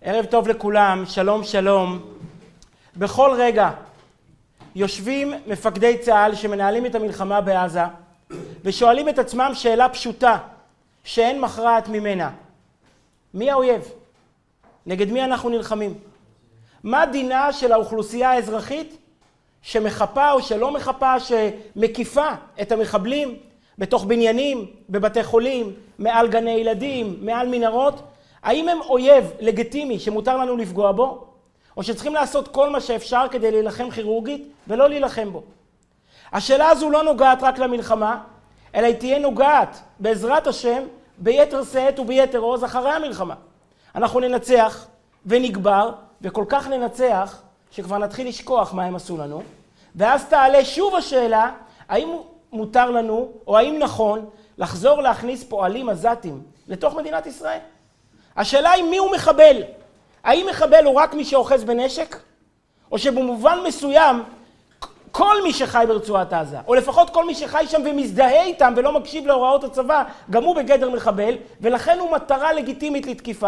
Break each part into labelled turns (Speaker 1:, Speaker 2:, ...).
Speaker 1: ערב טוב לכולם, שלום שלום. בכל רגע יושבים מפקדי צה"ל שמנהלים את המלחמה בעזה ושואלים את עצמם שאלה פשוטה שאין מכרעת ממנה. מי האויב? נגד מי אנחנו נלחמים? מה דינה של האוכלוסייה האזרחית שמחפה או שלא מחפה, שמקיפה את המחבלים בתוך בניינים, בבתי חולים, מעל גני ילדים, מעל מנהרות? האם הם אויב לגיטימי שמותר לנו לפגוע בו? או שצריכים לעשות כל מה שאפשר כדי להילחם כירורגית ולא להילחם בו? השאלה הזו לא נוגעת רק למלחמה, אלא היא תהיה נוגעת בעזרת השם ביתר שאת וביתר עוז אחרי המלחמה. אנחנו ננצח ונגבר, וכל כך ננצח שכבר נתחיל לשכוח מה הם עשו לנו, ואז תעלה שוב השאלה, האם מותר לנו או האם נכון לחזור להכניס פועלים עזתים לתוך מדינת ישראל? השאלה היא מי הוא מחבל. האם מחבל הוא רק מי שאוחז בנשק? או שבמובן מסוים כל מי שחי ברצועת עזה, או לפחות כל מי שחי שם ומזדהה איתם ולא מקשיב להוראות הצבא, גם הוא בגדר מחבל, ולכן הוא מטרה לגיטימית לתקיפה.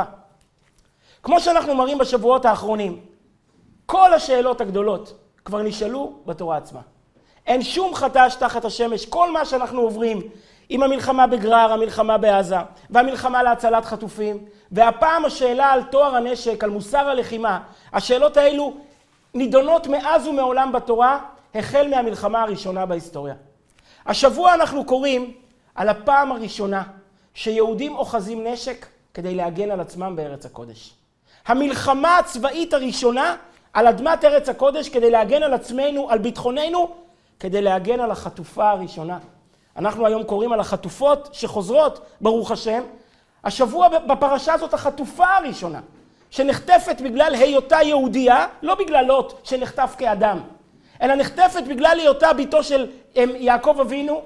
Speaker 1: כמו שאנחנו מראים בשבועות האחרונים, כל השאלות הגדולות כבר נשאלו בתורה עצמה. אין שום חדש תחת השמש. כל מה שאנחנו עוברים עם המלחמה בגרר, המלחמה בעזה, והמלחמה להצלת חטופים, והפעם השאלה על טוהר הנשק, על מוסר הלחימה, השאלות האלו נידונות מאז ומעולם בתורה, החל מהמלחמה הראשונה בהיסטוריה. השבוע אנחנו קוראים על הפעם הראשונה שיהודים אוחזים נשק כדי להגן על עצמם בארץ הקודש. המלחמה הצבאית הראשונה על אדמת ארץ הקודש כדי להגן על עצמנו, על ביטחוננו, כדי להגן על החטופה הראשונה. אנחנו היום קוראים על החטופות שחוזרות, ברוך השם. השבוע בפרשה הזאת החטופה הראשונה, שנחטפת בגלל היותה יהודייה, לא בגלל לוט שנחטף כאדם, אלא נחטפת בגלל היותה ביתו של יעקב אבינו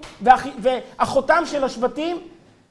Speaker 1: ואחותם של השבטים,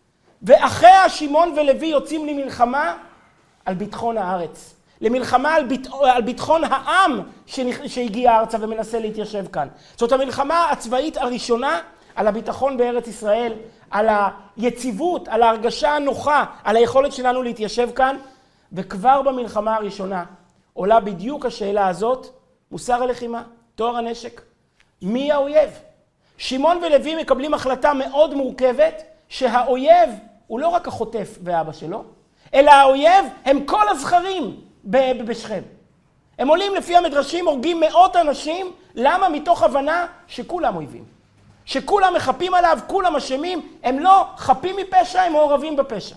Speaker 1: ואחיה שמעון ולוי יוצאים למלחמה על ביטחון הארץ. למלחמה על ביטחון העם שהגיע ארצה ומנסה להתיישב כאן. זאת המלחמה הצבאית הראשונה על הביטחון בארץ ישראל, על היציבות, על ההרגשה הנוחה, על היכולת שלנו להתיישב כאן. וכבר במלחמה הראשונה עולה בדיוק השאלה הזאת, מוסר הלחימה, טוהר הנשק. מי האויב? שמעון ולוי מקבלים החלטה מאוד מורכבת, שהאויב הוא לא רק החוטף ואבא שלו, אלא האויב הם כל הזכרים בשכם. הם עולים לפי המדרשים, הורגים מאות אנשים. למה? מתוך הבנה שכולם אויבים. שכולם מחפים עליו, כולם אשמים, הם לא חפים מפשע, הם מעורבים בפשע.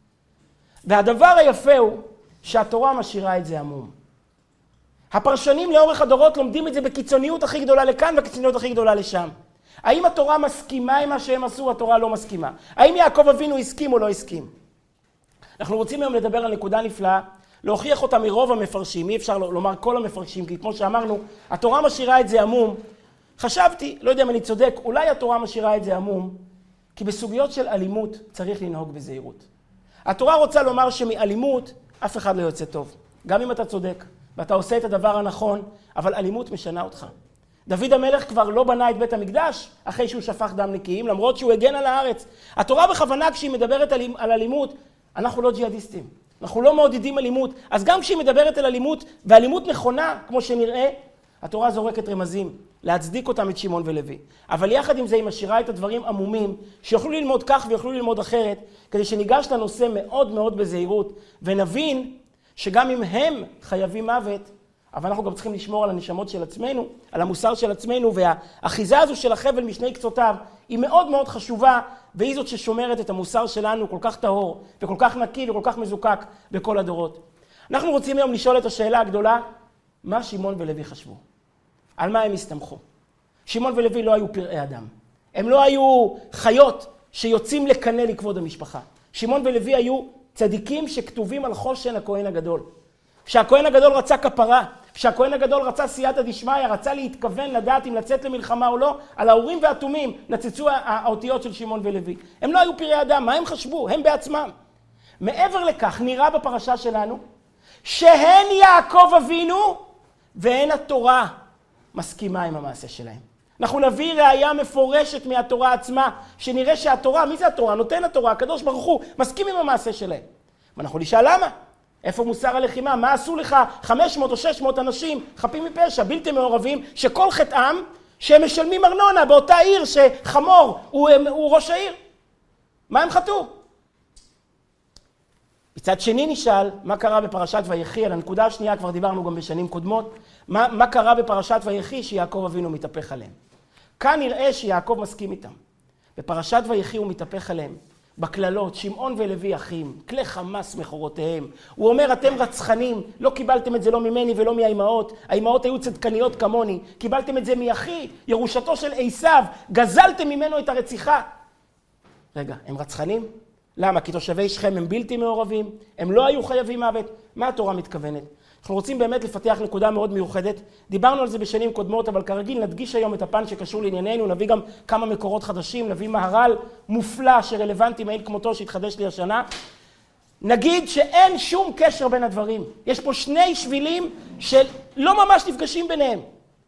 Speaker 1: והדבר היפה הוא שהתורה משאירה את זה עמום. הפרשנים לאורך הדורות לומדים את זה בקיצוניות הכי גדולה לכאן ובקיצוניות הכי גדולה לשם. האם התורה מסכימה עם מה שהם עשו? התורה לא מסכימה. האם יעקב אבינו הסכים או לא הסכים? אנחנו רוצים היום לדבר על נקודה נפלאה, להוכיח אותה מרוב המפרשים, אי אפשר לומר כל המפרשים, כי כמו שאמרנו, התורה משאירה את זה עמום. חשבתי, לא יודע אם אני צודק, אולי התורה משאירה את זה עמום, כי בסוגיות של אלימות צריך לנהוג בזהירות. התורה רוצה לומר שמאלימות אף אחד לא יוצא טוב. גם אם אתה צודק, ואתה עושה את הדבר הנכון, אבל אלימות משנה אותך. דוד המלך כבר לא בנה את בית המקדש אחרי שהוא שפך דם נקיים, למרות שהוא הגן על הארץ. התורה בכוונה כשהיא מדברת על אלימות, אנחנו לא ג'יהאדיסטים. אנחנו לא מעודדים אלימות. אז גם כשהיא מדברת על אלימות, ואלימות נכונה, כמו שנראה, התורה זורקת רמזים, להצדיק אותם את שמעון ולוי. אבל יחד עם זה היא משאירה את הדברים עמומים, שיוכלו ללמוד כך ויוכלו ללמוד אחרת, כדי שניגש לנושא מאוד מאוד בזהירות, ונבין שגם אם הם חייבים מוות, אבל אנחנו גם צריכים לשמור על הנשמות של עצמנו, על המוסר של עצמנו, והאחיזה הזו של החבל משני קצותיו היא מאוד מאוד חשובה, והיא זאת ששומרת את המוסר שלנו כל כך טהור, וכל כך נקי וכל כך מזוקק בכל הדורות. אנחנו רוצים היום לשאול את השאלה הגדולה, מה שמעון ולוי חשבו? על מה הם הסתמכו? שמעון ולוי לא היו פראי אדם. הם לא היו חיות שיוצאים לקנא לכבוד המשפחה. שמעון ולוי היו צדיקים שכתובים על חושן הכהן הגדול. כשהכהן הגדול רצה כפרה, כשהכהן הגדול רצה סייעתא דשמיא, רצה להתכוון לדעת אם לצאת למלחמה או לא, על האורים והתומים נצצו האותיות של שמעון ולוי. הם לא היו פראי אדם, מה הם חשבו? הם בעצמם. מעבר לכך, נראה בפרשה שלנו, שהן יעקב אבינו והן התורה מסכימה עם המעשה שלהם. אנחנו נביא ראיה מפורשת מהתורה עצמה, שנראה שהתורה, מי זה התורה? נותן התורה, הקדוש ברוך הוא, מסכים עם המעשה שלהם. ואנחנו נשאל למה? איפה מוסר הלחימה? מה עשו לך 500 או 600 אנשים חפים מפשע, בלתי מעורבים, שכל חטאם שהם משלמים ארנונה באותה עיר שחמור הוא ראש העיר? מה הם חטאו? מצד שני נשאל, מה קרה בפרשת ויחי? על הנקודה השנייה כבר דיברנו גם בשנים קודמות. מה קרה בפרשת ויחי שיעקב אבינו מתהפך עליהם? כאן נראה שיעקב מסכים איתם. בפרשת ויחי הוא מתהפך עליהם. בכללות, שמעון ולוי אחים, כלי חמאס מחורותיהם. הוא אומר, אתם רצחנים, לא קיבלתם את זה לא ממני ולא מהאימהות. האימהות היו צדקניות כמוני. קיבלתם את זה מאחי, ירושתו של עשיו. גזלתם ממנו את הרציחה. רגע, הם רצחנים? למה? כי תושבי שכם הם בלתי מעורבים, הם לא היו חייבים מוות. מה התורה מתכוונת? אנחנו רוצים באמת לפתח נקודה מאוד מיוחדת. דיברנו על זה בשנים קודמות, אבל כרגיל נדגיש היום את הפן שקשור לענייננו, נביא גם כמה מקורות חדשים, נביא מהר"ל מופלא שרלוונטי מאין כמותו שהתחדש לי השנה. נגיד שאין שום קשר בין הדברים. יש פה שני שבילים שלא ממש נפגשים ביניהם.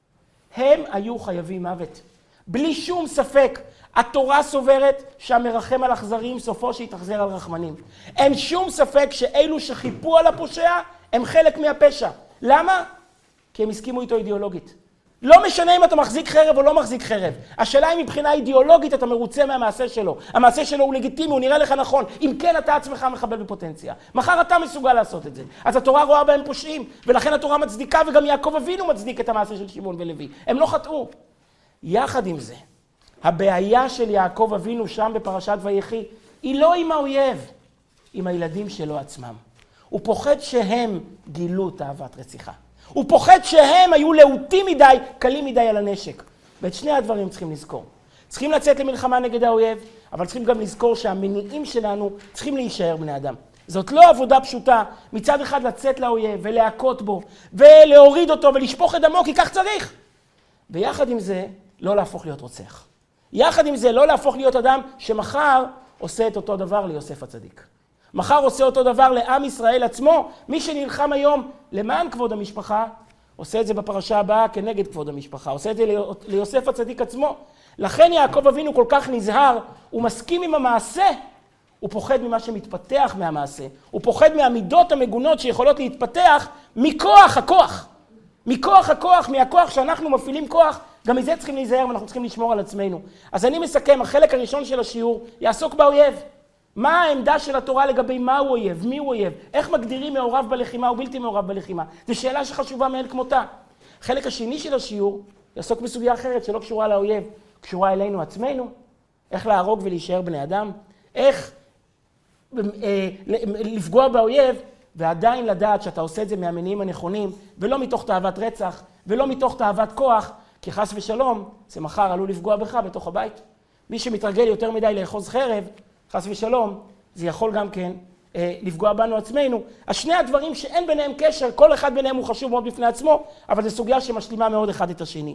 Speaker 1: הם היו חייבים מוות. בלי שום ספק. התורה סוברת שהמרחם על אכזרים סופו שיתאכזר על רחמנים. אין שום ספק שאלו שחיפו על הפושע הם חלק מהפשע. למה? כי הם הסכימו איתו אידיאולוגית. לא משנה אם אתה מחזיק חרב או לא מחזיק חרב. השאלה היא מבחינה אידיאולוגית אתה מרוצה מהמעשה שלו. המעשה שלו הוא לגיטימי, הוא נראה לך נכון. אם כן אתה עצמך מחבל בפוטנציה. מחר אתה מסוגל לעשות את זה. אז התורה רואה בהם פושעים, ולכן התורה מצדיקה, וגם יעקב אבינו מצדיק את המעשה של שמעון ולוי. הם לא חטאו. יחד עם זה, הבעיה של יעקב אבינו שם בפרשת ויחי, היא לא עם האויב, עם הילדים שלו עצמם. הוא פוחד שהם גילו תאוות רציחה. הוא פוחד שהם היו להוטים מדי, קלים מדי על הנשק. ואת שני הדברים צריכים לזכור. צריכים לצאת למלחמה נגד האויב, אבל צריכים גם לזכור שהמניעים שלנו צריכים להישאר בני אדם. זאת לא עבודה פשוטה, מצד אחד לצאת לאויב ולהכות בו, ולהוריד אותו ולשפוך את דמו, כי כך צריך. ויחד עם זה, לא להפוך להיות רוצח. יחד עם זה, לא להפוך להיות אדם שמחר עושה את אותו דבר ליוסף הצדיק. מחר עושה אותו דבר לעם ישראל עצמו. מי שנלחם היום למען כבוד המשפחה, עושה את זה בפרשה הבאה כנגד כבוד המשפחה. עושה את זה ליוסף הצדיק עצמו. לכן יעקב אבינו כל כך נזהר, הוא מסכים עם המעשה, הוא פוחד ממה שמתפתח מהמעשה. הוא פוחד מהמידות המגונות שיכולות להתפתח מכוח הכוח. מכוח הכוח, מהכוח שאנחנו מפעילים כוח, גם מזה צריכים להיזהר ואנחנו צריכים לשמור על עצמנו. אז אני מסכם, החלק הראשון של השיעור יעסוק באויב. מה העמדה של התורה לגבי מהו אויב, מי הוא אויב, איך מגדירים מעורב בלחימה ובלתי מעורב בלחימה. זו שאלה שחשובה מאין כמותה. החלק השני של השיעור יעסוק בסוגיה אחרת שלא קשורה לאויב, קשורה אלינו עצמנו, איך להרוג ולהישאר בני אדם, איך לפגוע באויב ועדיין לדעת שאתה עושה את זה מהמניעים הנכונים, ולא מתוך תאוות רצח, ולא מתוך תאוות כוח, כי חס ושלום, זה מחר עלול לפגוע בך בתוך הבית. מי שמתרגל יותר מדי לאחוז חרב, חס ושלום, זה יכול גם כן לפגוע בנו עצמנו. אז שני הדברים שאין ביניהם קשר, כל אחד ביניהם הוא חשוב מאוד בפני עצמו, אבל זו סוגיה שמשלימה מאוד אחד את השני.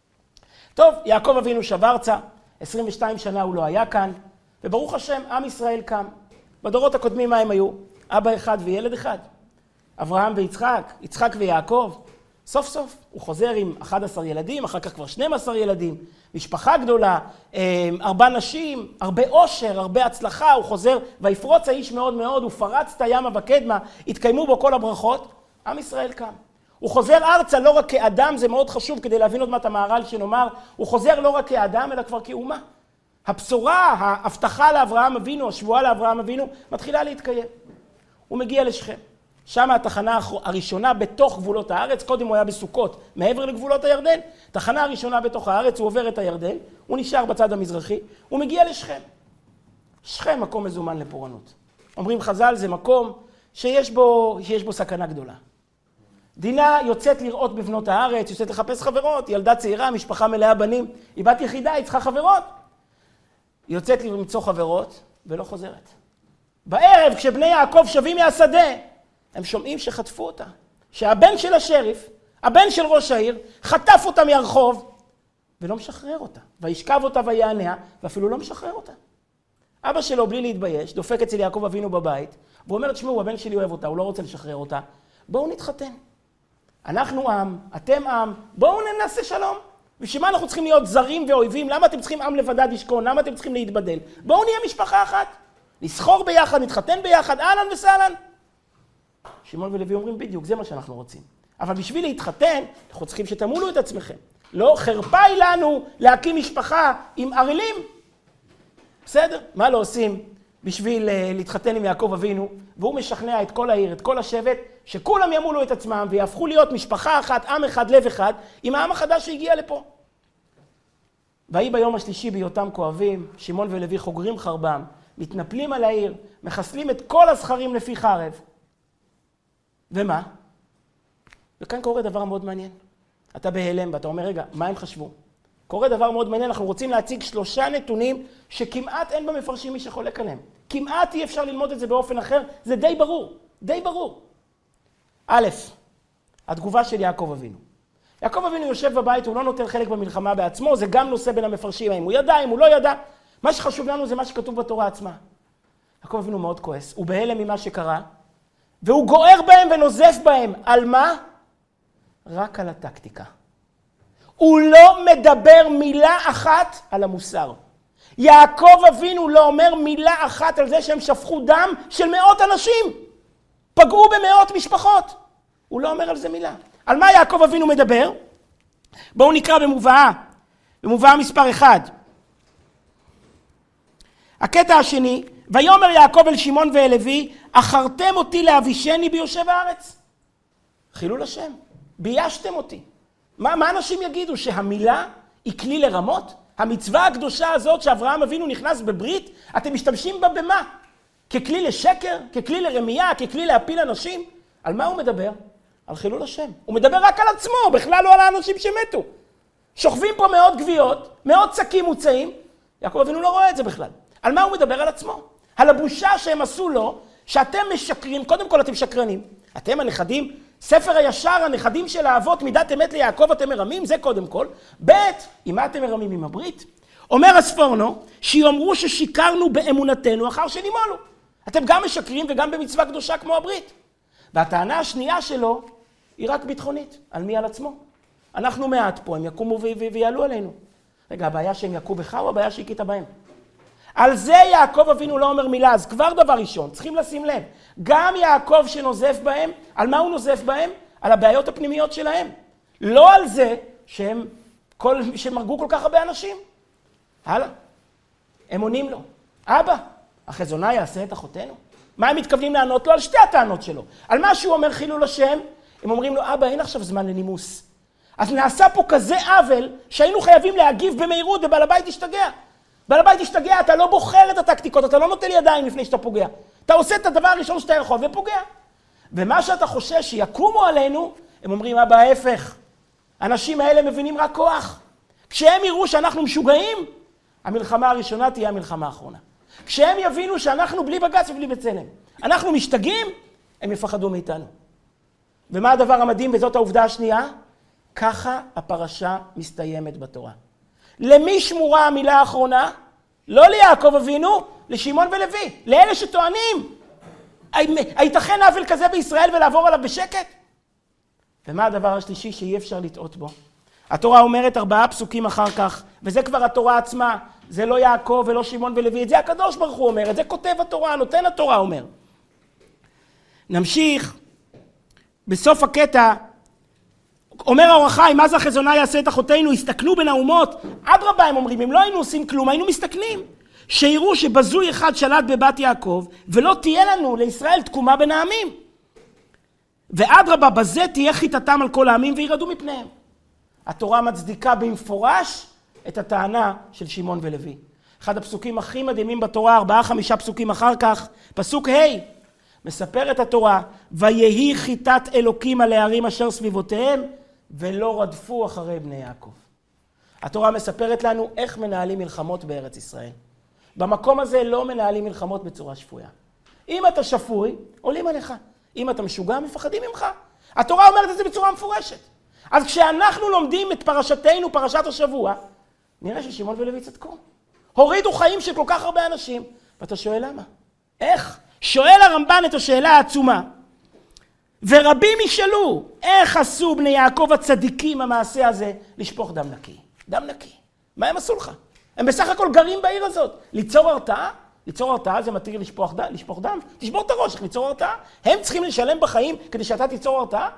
Speaker 1: טוב, יעקב אבינו שבארצה, 22 שנה הוא לא היה כאן, וברוך השם, עם ישראל קם. בדורות הקודמים מה הם היו? אבא אחד וילד אחד. אברהם ויצחק, יצחק ויעקב. סוף סוף הוא חוזר עם 11 ילדים, אחר כך כבר 12 ילדים, משפחה גדולה, 4 נשים, הרבה אושר, הרבה הצלחה, הוא חוזר, ויפרוץ האיש מאוד מאוד, הוא פרץ את הימה וקדמה, התקיימו בו כל הברכות, עם ישראל קם. הוא חוזר ארצה לא רק כאדם, זה מאוד חשוב כדי להבין עוד מעט המהר"ל שנאמר, הוא חוזר לא רק כאדם אלא כבר כאומה. הבשורה, ההבטחה לאברהם אבינו, השבועה לאברהם אבינו, מתחילה להתקיים. הוא מגיע לשכם. שם התחנה הראשונה בתוך גבולות הארץ, קודם הוא היה בסוכות, מעבר לגבולות הירדן. תחנה הראשונה בתוך הארץ, הוא עובר את הירדן, הוא נשאר בצד המזרחי, הוא מגיע לשכם. שכם מקום מזומן לפורענות. אומרים חז"ל, זה מקום שיש בו סכנה גדולה. דינה יוצאת לראות בבנות הארץ, יוצאת לחפש חברות, ילדה צעירה, משפחה מלאה בנים, היא בת יחידה, היא צריכה חברות. היא יוצאת למצוא חברות ולא חוזרת. בערב, כשבני יעקב שבים מהשדה, הם שומעים שחטפו אותה. שהבן של השריף, הבן של ראש העיר, חטף אותה מהרחוב ולא משחרר אותה. וישכב אותה ויעניה, ואפילו לא משחרר אותה. אבא שלו, בלי להתבייש, דופק אצל יעקב אבינו בבית, והוא אומר, תשמעו, הבן שלי אוהב אותה, הוא לא רוצה לשחרר אותה. בואו נתחתן. אנחנו עם, אתם עם, בואו ננסה שלום. בשביל מה אנחנו צריכים להיות זרים ואויבים? למה אתם צריכים עם לבדד ישכון? למה אתם צריכים להתבדל? בואו נהיה משפחה אחת. לסחור ביחד, נתחתן ביחד, אהלן וסהלן. שמעון ולוי אומרים בדיוק, זה מה שאנחנו רוצים. אבל בשביל להתחתן, אנחנו צריכים שתמולו את עצמכם. לא, חרפה היא לנו להקים משפחה עם ערלים. בסדר? מה לא עושים בשביל להתחתן עם יעקב אבינו? והוא משכנע את כל העיר, את כל השבט, שכולם ימולו את עצמם ויהפכו להיות משפחה אחת, עם אחד, לב אחד, עם העם החדש שהגיע לפה. והיא ביום השלישי בהיותם כואבים, שמעון ולוי חוגרים חרבם, מתנפלים על העיר, מחסלים את כל הזכרים לפי חרב. ומה? וכאן קורה דבר מאוד מעניין. אתה בהלם ואתה אומר, רגע, מה הם חשבו? קורה דבר מאוד מעניין, אנחנו רוצים להציג 3 נתונים שכמעט אין במפרשים מי שחולק עליהם. כמעט אי אפשר ללמוד את זה באופן אחר, זה די ברור, די ברור. א', התגובה של יעקב אבינו. יעקב אבינו יושב בבית, הוא לא נוטל חלק במלחמה בעצמו, זה גם נושא בין המפרשים, אם הוא ידע, אם הוא לא ידע. מה שחשוב לנו זה מה שכתוב בתורה עצמה. יעקב אבינו מאוד כועס, הוא בהלם ממה שקרה, והוא גוער בהם ונוזף בהם. על מה? רק על הטקטיקה. הוא לא מדבר מילה אחת על המוסר. יעקב אבינו לא אומר מילה אחת על זה שהם שפכו דם של מאות אנשים. פגעו במאות משפחות. הוא לא אומר על זה מילה. על מה יעקב אבינו מדבר? בואו נקרא במובאה מספר 1. הקטע השני, ויאמר יעקב אל שמעון ואל לוי, אחרתם אותי להבישני ביושב הארץ. חילול השם, ביישתם אותי. מה אנשים יגידו? שהמילה היא כלי לרמות? המצווה הקדושה הזאת שאברהם אבינו נכנס בברית, אתם משתמשים בה במה? ככלי לשקר? ככלי לרמייה? ככלי להפיל אנשים? על מה הוא מדבר? על חילול השם. הוא מדבר רק על עצמו, בכלל לא על האנשים שמתו. שוכבים פה מאות גוויות, מאות צקים מוצאים, יעקב אבינו לא רואה את זה בכלל. על מה הוא מדבר? על עצמו. על הבושה שהם עשו לו, שאתם משקרים, קודם כל אתם שקרנים. אתם הנכדים, ספר הישר, הנכדים של האבות, מידת אמת ליעקב אתם מרמים, זה קודם כל. ב' עם מה אתם מרמים? עם הברית? אומר הספורנו, שיאמרו ששיקרנו באמונתנו אחר שנימולו. אתם גם משקרים וגם במצווה קדושה כמו הברית. והטענה השנייה שלו היא רק ביטחונית. על מי? על עצמו. אנחנו מעט פה, הם יקומו ויעלו עלינו. רגע, הבעיה שהם יקו בך או הבעיה שהכית בהם? על זה יעקב אבינו לא אומר מילה, אז כבר דבר ראשון, צריכים לשים לב. גם יעקב שנוזף בהם, על מה הוא נוזף בהם? על הבעיות הפנימיות שלהם. לא על זה שהם הרגו כל כך הרבה אנשים. הלאה. הם עונים לו. אבא, החזונה יעשה את אחותינו? מה הם מתכוונים לענות לו? על שתי הטענות שלו. על מה שהוא אומר חילול השם, הם אומרים לו, אבא, אין עכשיו זמן לנימוס. אז נעשה פה כזה עוול שהיינו חייבים להגיב במהירות ובעל הבית ישתגע. בעל הבית ישתגע, אתה לא בוחר את הטקטיקות, אתה לא נוטל ידיים לפני שאתה פוגע. אתה עושה את הדבר הראשון שאתה יכול ופוגע. ומה שאתה חושש שיקומו עלינו, הם אומרים, אבא, ההפך. האנשים האלה מבינים רק כוח. כשהם יראו שאנחנו משוגעים, המלחמה הראשונה תהיה המלחמה האחרונה. כשהם יבינו שאנחנו בלי בג"ץ ובלי בצלם, אנחנו משתגעים, הם יפחדו מאיתנו. ומה הדבר המדהים, וזאת העובדה השנייה? ככה הפרשה מסתיימת בתורה. למי שמורה המילה האחרונה? לא ליעקב אבינו, לשמעון ולוי, לאלה שטוענים. הייתכן עוול כזה בישראל ולעבור עליו בשקט? ומה הדבר השלישי שאי אפשר לטעות בו? התורה אומרת 4 פסוקים אחר כך, וזה כבר התורה עצמה, זה לא יעקב ולא שמעון ולוי, את זה הקדוש ברוך הוא אומר, את זה כותב התורה, נותן התורה אומר. נמשיך, בסוף הקטע, אומר האור החיים, מה זה החזונה יעשה את אחותינו? הסתכלו בין האומות, אדרבה הם אומרים, אם לא היינו עושים כלום, היינו מסתכנים. שיראו שבזוי אחד שלט בבת יעקב, ולא תהיה לנו לישראל תקומה בין העמים. ואדרבה, בזה תהיה חיתתם על כל העמים וירדו מפניהם. התורה מצדיקה במפורש את הטענה של שמעון ולוי. אחד הפסוקים הכי מדהימים בתורה, 4-5 פסוקים אחר כך, פסוק ה' מספר את התורה, ויהי חיתת אלוקים על הערים אשר סביבותיהם, ולא רדפו אחרי בני יעקב. התורה מספרת לנו איך מנהלים מלחמות בארץ ישראל. במקום הזה לא מנהלים מלחמות בצורה שפויה. אם אתה שפוי, עולים עליך. אם אתה משוגע, מפחדים ממך. התורה אומרת את זה בצורה מפורשת. אז כשאנחנו לומדים את פרשתנו, פרשת השבוע, נראה ששמעון ולוי צדקו. הורידו חיים של כל כך הרבה אנשים, ואתה שואל למה? איך? שואל הרמב"ן את השאלה העצומה. ורבים ישאלו, איך עשו בני יעקב הצדיקים המעשה הזה לשפוך דם נקי? דם נקי. מה הם עשו לך? הם בסך הכל גרים בעיר הזאת. ליצור הרתעה? ליצור הרתעה זה מתיר לשפוך דם. תשבור את הראש, איך ליצור הרתעה? הם צריכים לשלם בחיים כדי שאתה תיצור הרתעה?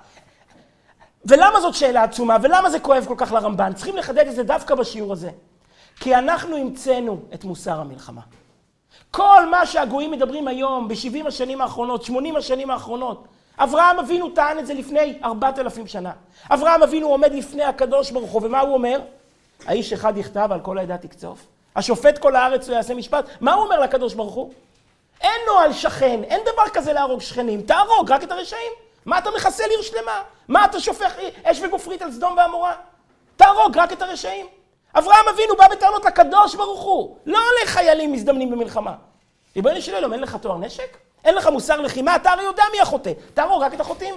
Speaker 1: ולמה זאת שאלה עצומה? ולמה זה כואב כל כך לרמב"ן? צריכים לחדד את זה דווקא בשיעור הזה. כי אנחנו המצאנו את מוסר המלחמה. כל מה שהגויים מדברים היום, ב-70 השנים האחרונות, 80 השנים האחרונות, אברהם אבינו טען את זה לפני 4,000 שנה. אברהם אבינו עומד לפני הקדוש ברוך הוא, ומה הוא אומר? האיש אחד יכתב על כל העדה תקצוף. השופט כל הארץ הוא יעשה משפט. מה הוא אומר לקדוש ברוך הוא? אין נועל שכן, אין דבר כזה להרוג שכנים, תהרוג רק את הרשעים. מה אתה מחסל עיר שלמה? מה אתה שופך אש וגופרית על סדום ועמורה? תהרוג רק את הרשעים. אברהם אבינו בא בטענות לקדוש ברוך הוא, לא לחיילים מזדמנים במלחמה. ריבונו של עולם, אין לך תואר נשק? אין לך מוסר לחימה? אתה הרי יודע מי החוטא. תהרוג רק את החוטאים.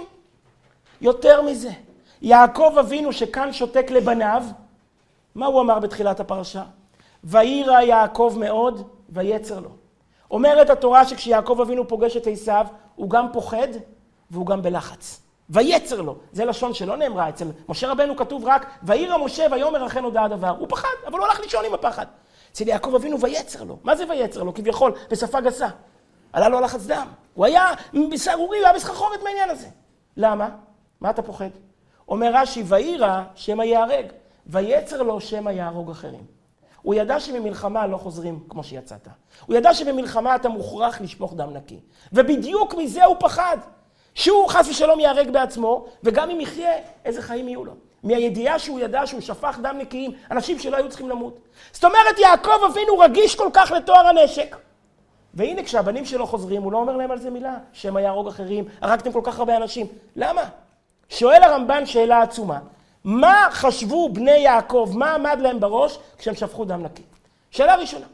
Speaker 1: יותר מזה, יעקב אבינו שכאן שותק לבניו, מה הוא אמר בתחילת הפרשה? ויירא יעקב מאוד ויצר לו. אומרת התורה שכשיעקב אבינו פוגש את עשיו, הוא גם פוחד והוא גם בלחץ. ויצר לו, זה לשון שלא נאמרה אצל משה רבנו, כתוב רק ויירא משה ויאמר אכן הודע הדבר. הוא פחד, אבל הוא הלך לישון עם הפחד. אצל יעקב אבינו ויצר לו. מה זה ויצר לו? כביכול בשפה גסה. עלה לו לחץ דם. הוא היה בסערורי, הוא היה בסחרחורת מהעניין הזה. למה? מה אתה פוחד? אומר רש"י, ויירא שמא ייהרג, ויצר לו שמא יהרוג אחרים. הוא ידע שממלחמה לא חוזרים כמו שיצאת. הוא ידע שבמלחמה אתה מוכרח לשפוך דם נקי. ובדיוק מזה הוא פחד. שהוא חס ושלום ייהרג בעצמו, וגם אם יחיה, איזה חיים יהיו לו. מהידיעה שהוא ידע שהוא שפך דם נקיים, אנשים שלא היו צריכים למות. זאת אומרת, יעקב אבינו רגיש כל כך לתואר הנשק. והנה, כשהבנים שלו חוזרים, הוא לא אומר להם על זה מילה. שמא יהרוג אחרים, הרגתם כל כך הרבה אנשים. למה? שואל הרמב"ן שאלה עצומה. מה חשבו בני יעקב, מה עמד להם בראש כשהם שפכו דם נקי? שאלה ראשונה.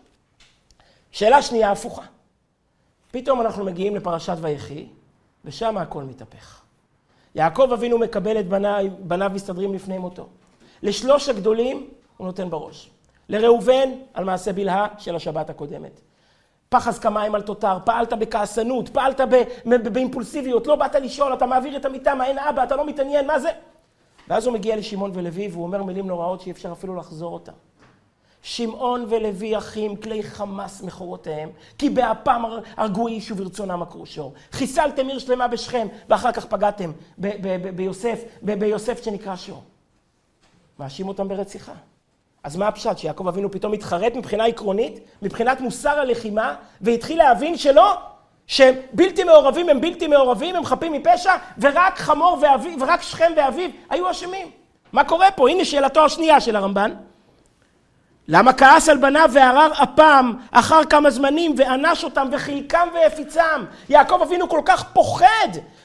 Speaker 1: שאלה שנייה הפוכה. פתאום אנחנו מגיעים לפרשת ויחי, ושם הכל מתהפך. יעקב אבינו מקבל את בניו מסתדרים לפני מותו. לשלוש הגדולים הוא נותן בראש. לראובן על מעשה בלהה של השבת הקודמת. פחז כמים על תותר, פעלת בכעסנות, פעלת באימפולסיביות, לא באת לשאול, אתה מעביר את המיטה, מה אין אבא, אתה לא מתעניין, מה זה? ואז הוא מגיע לשמעון ולוי והוא אומר מילים נוראות שאי אפשר אפילו לחזור אותם. שמעון ולוי אחים כלי חמאס מחורותיהם, כי באפם הרגו איש וברצונם עקרו שור. חיסלתם עיר שלמה בשכם, ואחר כך פגעתם ביוסף שנקרא שור. מאשים אותם ברציחה. אז מה הפשט? שיעקב אבינו פתאום התחרט מבחינה עקרונית, מבחינת מוסר הלחימה, והתחיל להבין שלא, שהם בלתי מעורבים, הם בלתי מעורבים, הם חפים מפשע, ורק חמור ואביו, ורק שכם ואביו היו אשמים. מה קורה פה? הנה שאלתו השנייה של הרמב"ן. למה כעס על בניו וערר אפם אחר כמה זמנים ואנש אותם וחילקם והפיצם? יעקב אבינו כל כך פוחד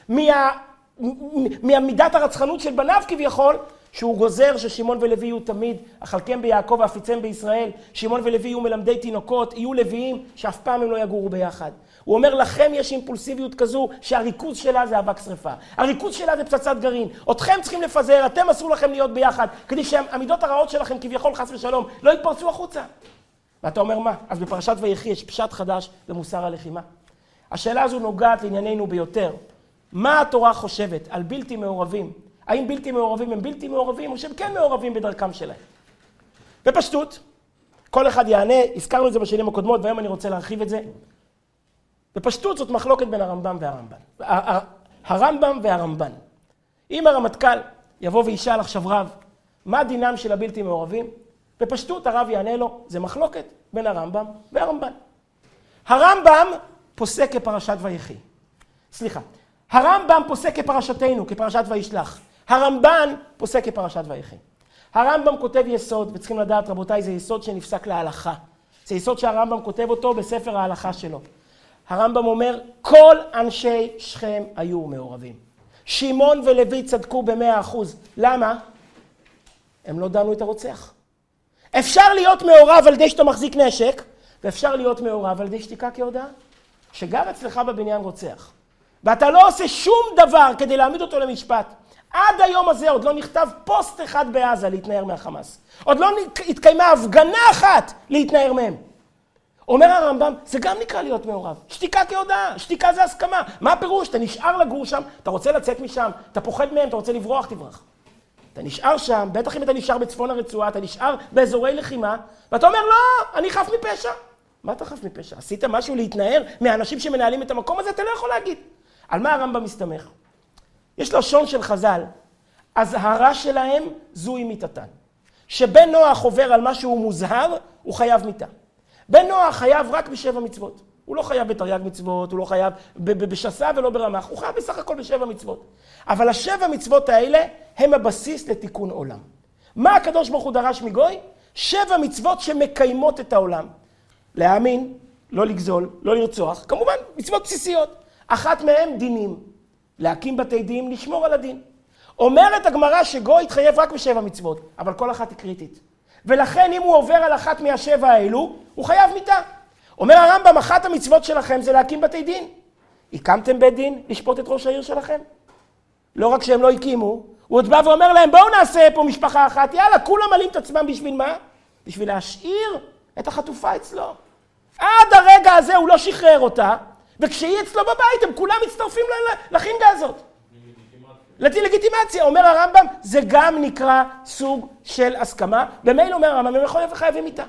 Speaker 1: מהמידת הרצחנות של בניו כביכול, שהוא גוזר ששמעון ולוי יהיו תמיד, אכלכם ביעקב ואפיצם בישראל, שמעון ולוי יהיו מלמדי תינוקות, יהיו לוויים שאף פעם הם לא יגורו ביחד. הוא אומר לכם יש אימפולסיביות כזו שהריכוז שלה זה אבק שריפה. הריכוז שלה זה פצצת גרעין. אתכם צריכים לפזר, אתם אסור לכם להיות ביחד, כדי שהמידות הרעות שלכם כביכול חס ושלום לא יתפרצו החוצה. ואתה אומר מה? אז בפרשת ויחי יש פשט חדש במוסר הלחימה. השאלה הזו נוגעת לענייננו ביותר. מה התורה חושבת על בלתי מעורבים? האם בלתי מעורבים הם בלתי מעורבים או שהם כן מעורבים בדרכם שלהם? בפשטות, כל אחד יענה, הזכרנו את זה בשנים הקודמות והיום אני רוצה להרחיב את זה. בפשטות זאת מחלוקת בין הרמב"ם והרמב"ן. הרמב"ם והרמב"ן. אם הרמטכ"ל יבוא וישאל עכשיו רב, מה דינם של הבלתי מעורבים? בפשטות הרב יענה לו, זה מחלוקת בין הרמב"ם והרמב"ן. הרמב"ם פוסק כפרשת ויחי. סליחה. הרמב"ם פוסק כפרשתנו, כפרשת וישלח. הרמב"ן פוסק כפרשת ויחי. הרמב"ם כותב יסוד, וצריכים לדעת רבותיי, זה יסוד שנפסק להלכה. זה יסוד שהרמב"ם כותב אותו בספר ההלכה שלו. הרמב"ם אומר, כל אנשי שכם היו מעורבים. שמעון ולוי צדקו ב100%. למה? הם לא דנו את הרוצח. אפשר להיות מעורב על ידי שאתה מחזיק נשק, ואפשר להיות מעורב על ידי שתיקה כהודאה. שגם אצלך בבניין רוצח. ואתה לא עושה שום דבר כדי להעמיד אותו למשפט. עד היום הזה עוד לא נכתב פוסט אחד בעזה להתנער מהחמאס. עוד לא התקיימה הפגנה אחת להתנער מהם. אומר הרמב"ם, זה גם נקרא להיות מעורב. שתיקה כהודאה, שתיקה זה הסכמה. מה הפירוש? אתה נשאר לגור שם, אתה רוצה לצאת משם, אתה פוחד מהם, אתה רוצה לברוח, תברח. אתה נשאר שם, בטח אם אתה נשאר בצפון הרצועה, אתה נשאר באזורי לחימה, ואתה אומר, לא, אני חף מפשע. מה אתה חף מפשע? עשית משהו להתנער מהאנשים שמנהלים את המקום הזה? אתה לא יכול להגיד. על מה הרמב"ם מסתמך? יש לשון של חז"ל, הזהרה שלהם זוהי מיתתן. שבן נוח עובר על משהו מוזהר, הוא חייב מיתה. בן נוח חייב רק ב7 מצוות. הוא לא חייב בתרי"ג מצוות, הוא לא חייב בשסה ולא ברמ"ח, הוא חייב בסך הכל ב7 מצוות. אבל 7 מצוות האלה הם הבסיס לתיקון עולם. מה הקדוש ברוך הוא דרש מגוי? 7 מצוות שמקיימות את העולם. להאמין, לא לגזול, לא לרצוח, כמובן מצוות בסיסיות. אחת מהן דינים. להקים בתי דין, לשמור על הדין. אומרת הגמרא שגוי יתחייב רק ב7 מצוות, אבל כל אחת היא קריטית. ולכן אם הוא עובר על אחת מה7 האלו, הוא חייב מיתה. אומר הרמב"ם, אחת המצוות שלכם זה להקים בתי דין. הקמתם בית דין לשפוט את ראש העיר שלכם? לא רק שהם לא הקימו, הוא עוד בא ואומר להם, בואו נעשה פה משפחה אחת, יאללה, כולם מלאים את עצמם בשביל מה? בשביל להשאיר את החטופה אצלו. עד הרגע הזה הוא לא שחרר אותה, וכשהיא אצלו בבית הם כולם מצטרפים לחינגה הזאת. לגיטימציה, אומר הרמב"ם, זה גם נקרא סוג של הסכמה. במילא אומר הרמב"ם, הם חייבים איתה.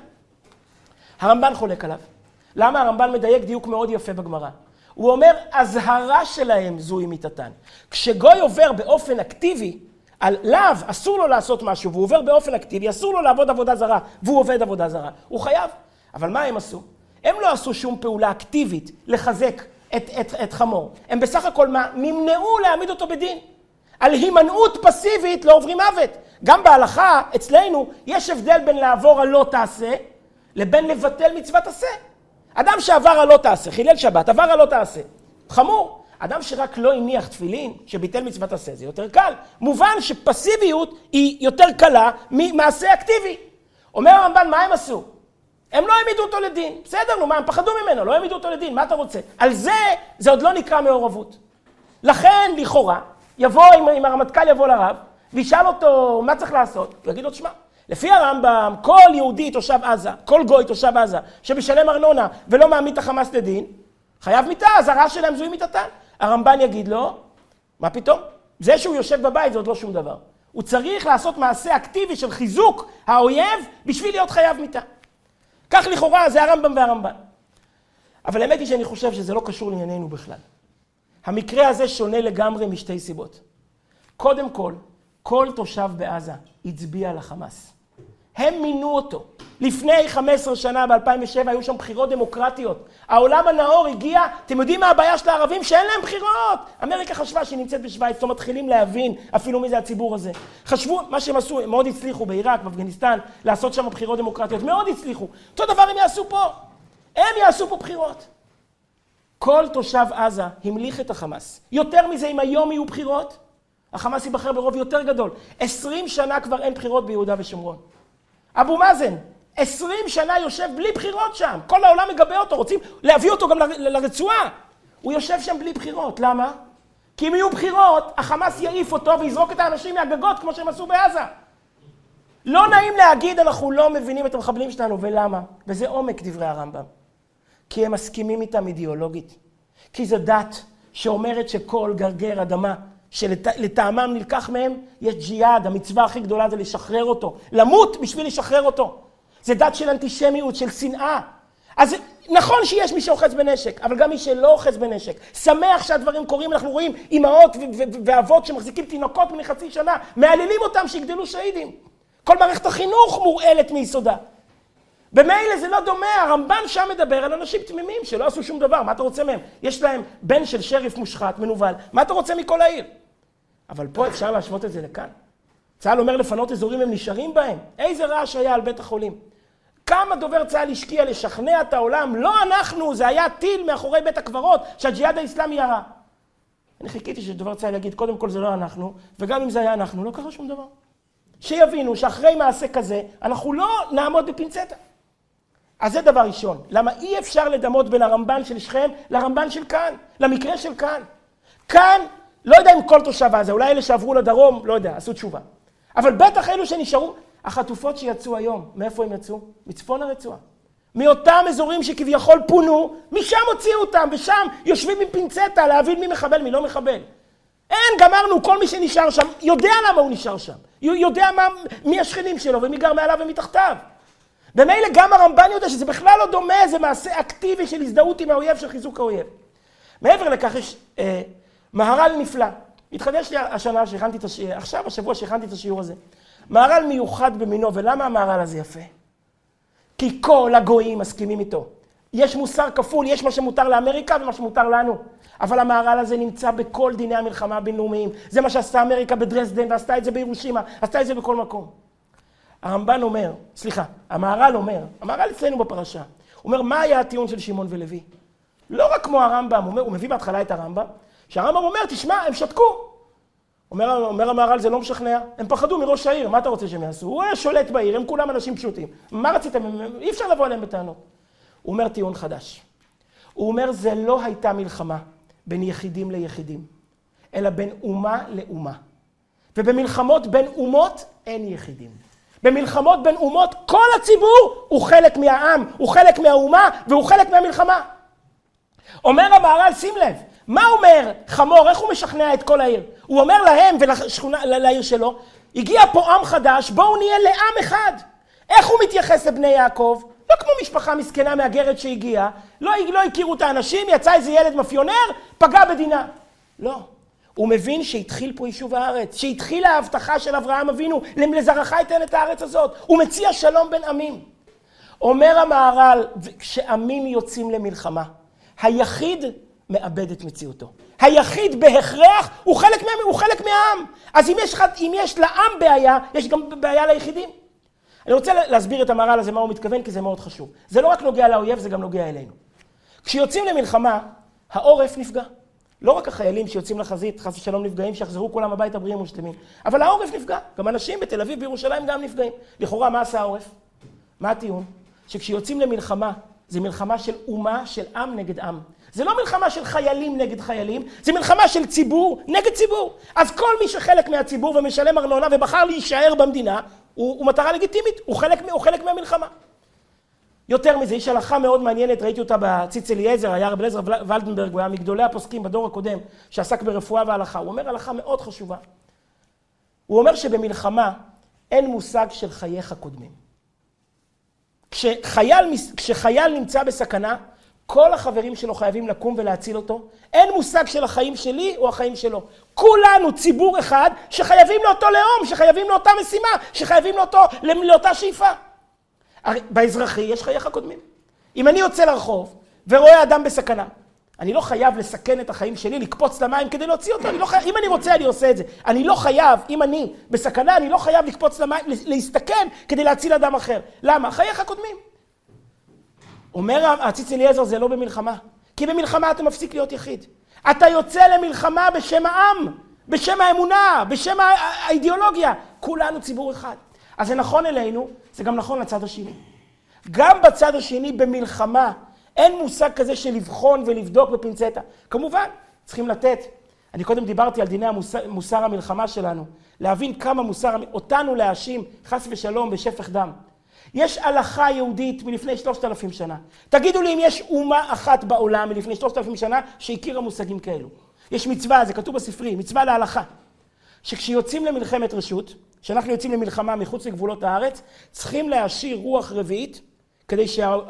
Speaker 1: הרמב"ן חולק עליו. למה? הרמב"ן מדייק דיוק מאוד יפה בגמרא. הוא אומר, הזהרה שלהם זוהי מיתתן. כשגוי עובר באופן אקטיבי, על לאו, אסור לו לעשות משהו, והוא עובר באופן אקטיבי, אסור לו לעבוד עבודה זרה, והוא עובד עבודה זרה. הוא חייב. אבל מה הם עשו? הם לא עשו שום פעולה אקטיבית לחזק את חמור. הם בסך הכל נמנעו להעמיד אותו בדין. על הימנעות פסיבית לא עוברים מוות. גם בהלכה, אצלנו, יש הבדל בין לעבור על לא תעשה, לבין לבטל מצוות עשה. אדם שעבר על לא תעשה, חילל שבת, עבר על לא תעשה. חמור. אדם שרק לא הניח תפילין, שביטל מצוות עשה, זה יותר קל. מובן שפסיביות היא יותר קלה ממעשה אקטיבי. אומר הרמב"ן, מה הם עשו? הם לא העמידו אותו לדין. בסדר, נו, מה, הם פחדו ממנו, לא העמידו אותו לדין, מה אתה רוצה? על זה עוד לא נקרא מעורבות. לכן, לכאורה, יבוא, אם הרמטכ"ל יבוא לרב, וישאל אותו מה צריך לעשות, הוא יגיד לו, תשמע, לפי הרמב"ם, כל יהודי תושב עזה, כל גוי תושב עזה, שמשלם ארנונה ולא מעמיד את החמאס לדין, חייב מיתה, הזהרה שלהם זוהי מיתתן. הרמב"ן יגיד לו, מה פתאום? זה שהוא יושב בבית זה עוד לא שום דבר. הוא צריך לעשות מעשה אקטיבי של חיזוק האויב בשביל להיות חייב מיתה. כך לכאורה זה הרמב"ם והרמב"ן. אבל האמת היא שאני חושב שזה לא קשור לענייננו בכלל. המקרה הזה שונה לגמרי משתי סיבות. קודם כל תושב בעזה הצביע לחמאס. הם מינו אותו. לפני 15 שנה, ב-2007, היו שם בחירות דמוקרטיות. העולם הנאור הגיע, אתם יודעים מה הבעיה של הערבים? שאין להם בחירות. אמריקה חשבה שהיא נמצאת בשוויץ, לא מתחילים להבין אפילו מי זה הציבור הזה. חשבו, מה שהם עשו, הם מאוד הצליחו בעיראק, באפגניסטן, לעשות שם בחירות דמוקרטיות. מאוד הצליחו. אותו דבר הם יעשו פה. הם יעשו פה בחירות. כל תושב עזה המליך את החמאס. יותר מזה, אם היום יהיו בחירות, החמאס ייבחר ברוב יותר גדול. 20 שנה כבר אין בחירות ביהודה ושומרון. אבו מאזן, 20 שנה יושב בלי בחירות שם. כל העולם מגבה אותו, רוצים להביא אותו גם לרצועה. הוא יושב שם בלי בחירות. למה? כי אם יהיו בחירות, החמאס יעיף אותו ויזרוק את האנשים מהגגות כמו שהם עשו בעזה. לא נעים להגיד, אנחנו לא מבינים את המחבלים שלנו. ולמה? וזה עומק דברי הרמב"ם. כי הם מסכימים איתם אידיאולוגית. כי זו דת שאומרת שכל גרגר אדמה שלטעמם נלקח מהם, יש ג'יהאד, המצווה הכי גדולה זה לשחרר אותו. למות בשביל לשחרר אותו. זה דת של אנטישמיות, של שנאה. אז נכון שיש מי שאוחז בנשק, אבל גם מי שלא אוחז בנשק. שמח שהדברים קורים, אנחנו רואים אמהות ואבות שמחזיקים תינוקות בני חצי שנה, מעללים אותם שיגדלו שהידים. כל מערכת החינוך מורעלת מיסודה. במילא זה לא דומה, הרמב"ן שם מדבר על אנשים תמימים שלא עשו שום דבר, מה אתה רוצה מהם? יש להם בן של שריף מושחת, מנוול, מה אתה רוצה מכל העיר? אבל פה אפשר להשוות את זה לכאן. צה"ל אומר לפנות אזורים הם נשארים בהם. איזה רעש היה על בית החולים. כמה דובר צה"ל השקיע לשכנע את העולם, לא אנחנו, זה היה טיל מאחורי בית הקברות שהג'יהאד האסלאמי ירה. אני חיכיתי שדובר צה"ל יגיד, קודם כל זה לא אנחנו, וגם אם זה היה אנחנו, לא קרה שום דבר. שיבינו שאחרי מעשה כזה, אנחנו לא נעמוד בפינצטה. אז זה דבר ראשון. למה אי אפשר לדמות בין הרמב"ן של שכם לרמב"ן של כאן, למקרה של כאן. כאן, לא יודע אם כל תושב עזה, אולי אלה שעברו לדרום, לא יודע, עשו תשובה. אבל בטח אלו שנשארו, החטופות שיצאו היום, מאיפה הם יצאו? מצפון הרצועה. מאותם אזורים שכביכול פונו, משם הוציאו אותם, ושם יושבים עם פינצטה להבין מי מחבל, מי לא מחבל. אין, גמרנו, כל מי שנשאר שם, יודע למה הוא נשאר שם. יודע מי השכנים שלו ומי גר מעליו ומתחתיו. במילא גם הרמב"ן יודע שזה בכלל לא דומה, זה מעשה אקטיבי של הזדהות עם האויב, של חיזוק האויב. מעבר לכך יש מהר"ל נפלא. התחדש לי השנה שהכנתי את השיעור, עכשיו השבוע שהכנתי את השיעור הזה. מהר"ל מיוחד במינו, ולמה המהר"ל הזה יפה? כי כל הגויים מסכימים איתו. יש מוסר כפול, יש מה שמותר לאמריקה ומה שמותר לנו. אבל המהר"ל הזה נמצא בכל דיני המלחמה הבינלאומיים. זה מה שעשתה אמריקה בדרזדן, ועשתה את זה בירושימה, עשתה את זה בכל מקום. הרמב"ן אומר, המהר"ל אומר, המהר"ל אצלנו בפרשה, הוא אומר, מה היה הטיעון של שמעון ולוי? לא רק כמו הרמב"ם, הוא מביא בהתחלה את הרמב"ם, שהרמב"ם אומר, תשמע, הם שתקו. אומר המהר"ל, זה לא משכנע, הם פחדו מראש העיר, מה אתה רוצה שהם יעשו? הוא היה שולט בעיר, הם כולם אנשים פשוטים. מה רציתם? אי אפשר לבוא אליהם בטענות. הוא אומר טיעון חדש. הוא אומר, זה לא הייתה מלחמה בין יחידים ליחידים, אלא בין אומה לאומה. ובמלחמות בין אומות אין יחידים. במלחמות בין אומות כל הציבור הוא חלק מהעם, הוא חלק מהאומה והוא חלק מהמלחמה. אומר המהר"ל, שים לב, מה אומר חמור, איך הוא משכנע את כל העיר? הוא אומר להם ולעיר שלו, הגיע פה עם חדש, בואו נהיה לעם אחד. איך הוא מתייחס לבני יעקב? לא כמו משפחה מסכנה מהגרת שהגיעה, לא הכירו את האנשים, יצא איזה ילד מפיונר, פגע בדינה. לא. הוא מבין שהתחיל פה יישוב הארץ, שהתחילה ההבטחה של אברהם אבינו, לזרעך אתן את הארץ הזאת. הוא מציע שלום בין עמים. אומר המהר"ל, כשעמים יוצאים למלחמה, היחיד מאבד את מציאותו. היחיד בהכרח הוא חלק מהעם. אז אם יש לעם בעיה, יש גם בעיה ליחידים. אני רוצה להסביר את המהר"ל הזה, מה הוא מתכוון, כי זה מאוד חשוב. זה לא רק נוגע לאויב, זה גם נוגע אלינו. כשיוצאים למלחמה, העורף נפגע. לא רק החיילים שיוצאים לחזית, חס ושלום נפגעים, שיחזרו כולם הביתה בריאים ושלמים. אבל העורף נפגע. גם אנשים בתל אביב, בירושלים גם נפגעים. לכאורה, מה עשה העורף? מה הטיעון? שכשיוצאים למלחמה, זה מלחמה של אומה, של עם נגד עם. זה לא מלחמה של חיילים נגד חיילים, זה מלחמה של ציבור נגד ציבור. אז כל מי שחלק מהציבור ומשלם ארנונה ובחר להישאר במדינה, הוא מטרה לגיטימית, הוא חלק מהמלחמה. יותר מזה, יש הלכה מאוד מעניינת, ראיתי אותה בציץ אליעזר, היה רב אליעזר ולדנברג, הוא היה מגדולי הפוסקים בדור הקודם, שעסק ברפואה והלכה. הוא אומר הלכה מאוד חשובה. הוא אומר שבמלחמה אין מושג של חייך קודמים. כשחייל נמצא בסכנה, כל החברים שלו חייבים לקום ולהציל אותו. אין מושג של החיים שלי או החיים שלו. כולנו ציבור אחד שחייבים לאותו לאום, שחייבים לאותה משימה, שחייבים לאותה שאיפה. באזרחי יש חייך קודמים. אם אני יוצא לרחוב ורואה אדם בסכנה, אני לא חייב לסכן את החיים שלי, לקפוץ למים כדי להוציא אותו. אם אני רוצה, אני עושה את זה. אני לא חייב, אם אני בסכנה, אני לא חייב לקפוץ למים, להסתכן כדי להציל אדם אחר. למה? חייך קודמים. אומר הציץ אליעזר, זה לא במלחמה. כי במלחמה אתה מפסיק להיות יחיד. אתה יוצא למלחמה בשם העם, בשם האמונה, בשם האידיאולוגיה. כולנו ציבור אחד. אז זה נכון אלינו, זה גם נכון לצד השני. גם בצד השני במלחמה, אין מושג כזה של לבחון ולבדוק בפינצטה. כמובן, צריכים לתת. אני קודם דיברתי על דיני מוסר המלחמה שלנו. להבין כמה אותנו להאשים, חס ושלום, בשפך דם. יש הלכה יהודית מלפני 3,000 שנה. תגידו לי אם יש אומה אחת בעולם מלפני 3,000 שנה שהכירה מושגים כאלו. יש מצווה, זה כתוב בספרי, מצווה להלכה. שכשיוצאים למלחמת רשות, שאנחנו יוצאים למלחמה מחוץ לגבולות הארץ, צריכים להשאיר רוח רביעית כדי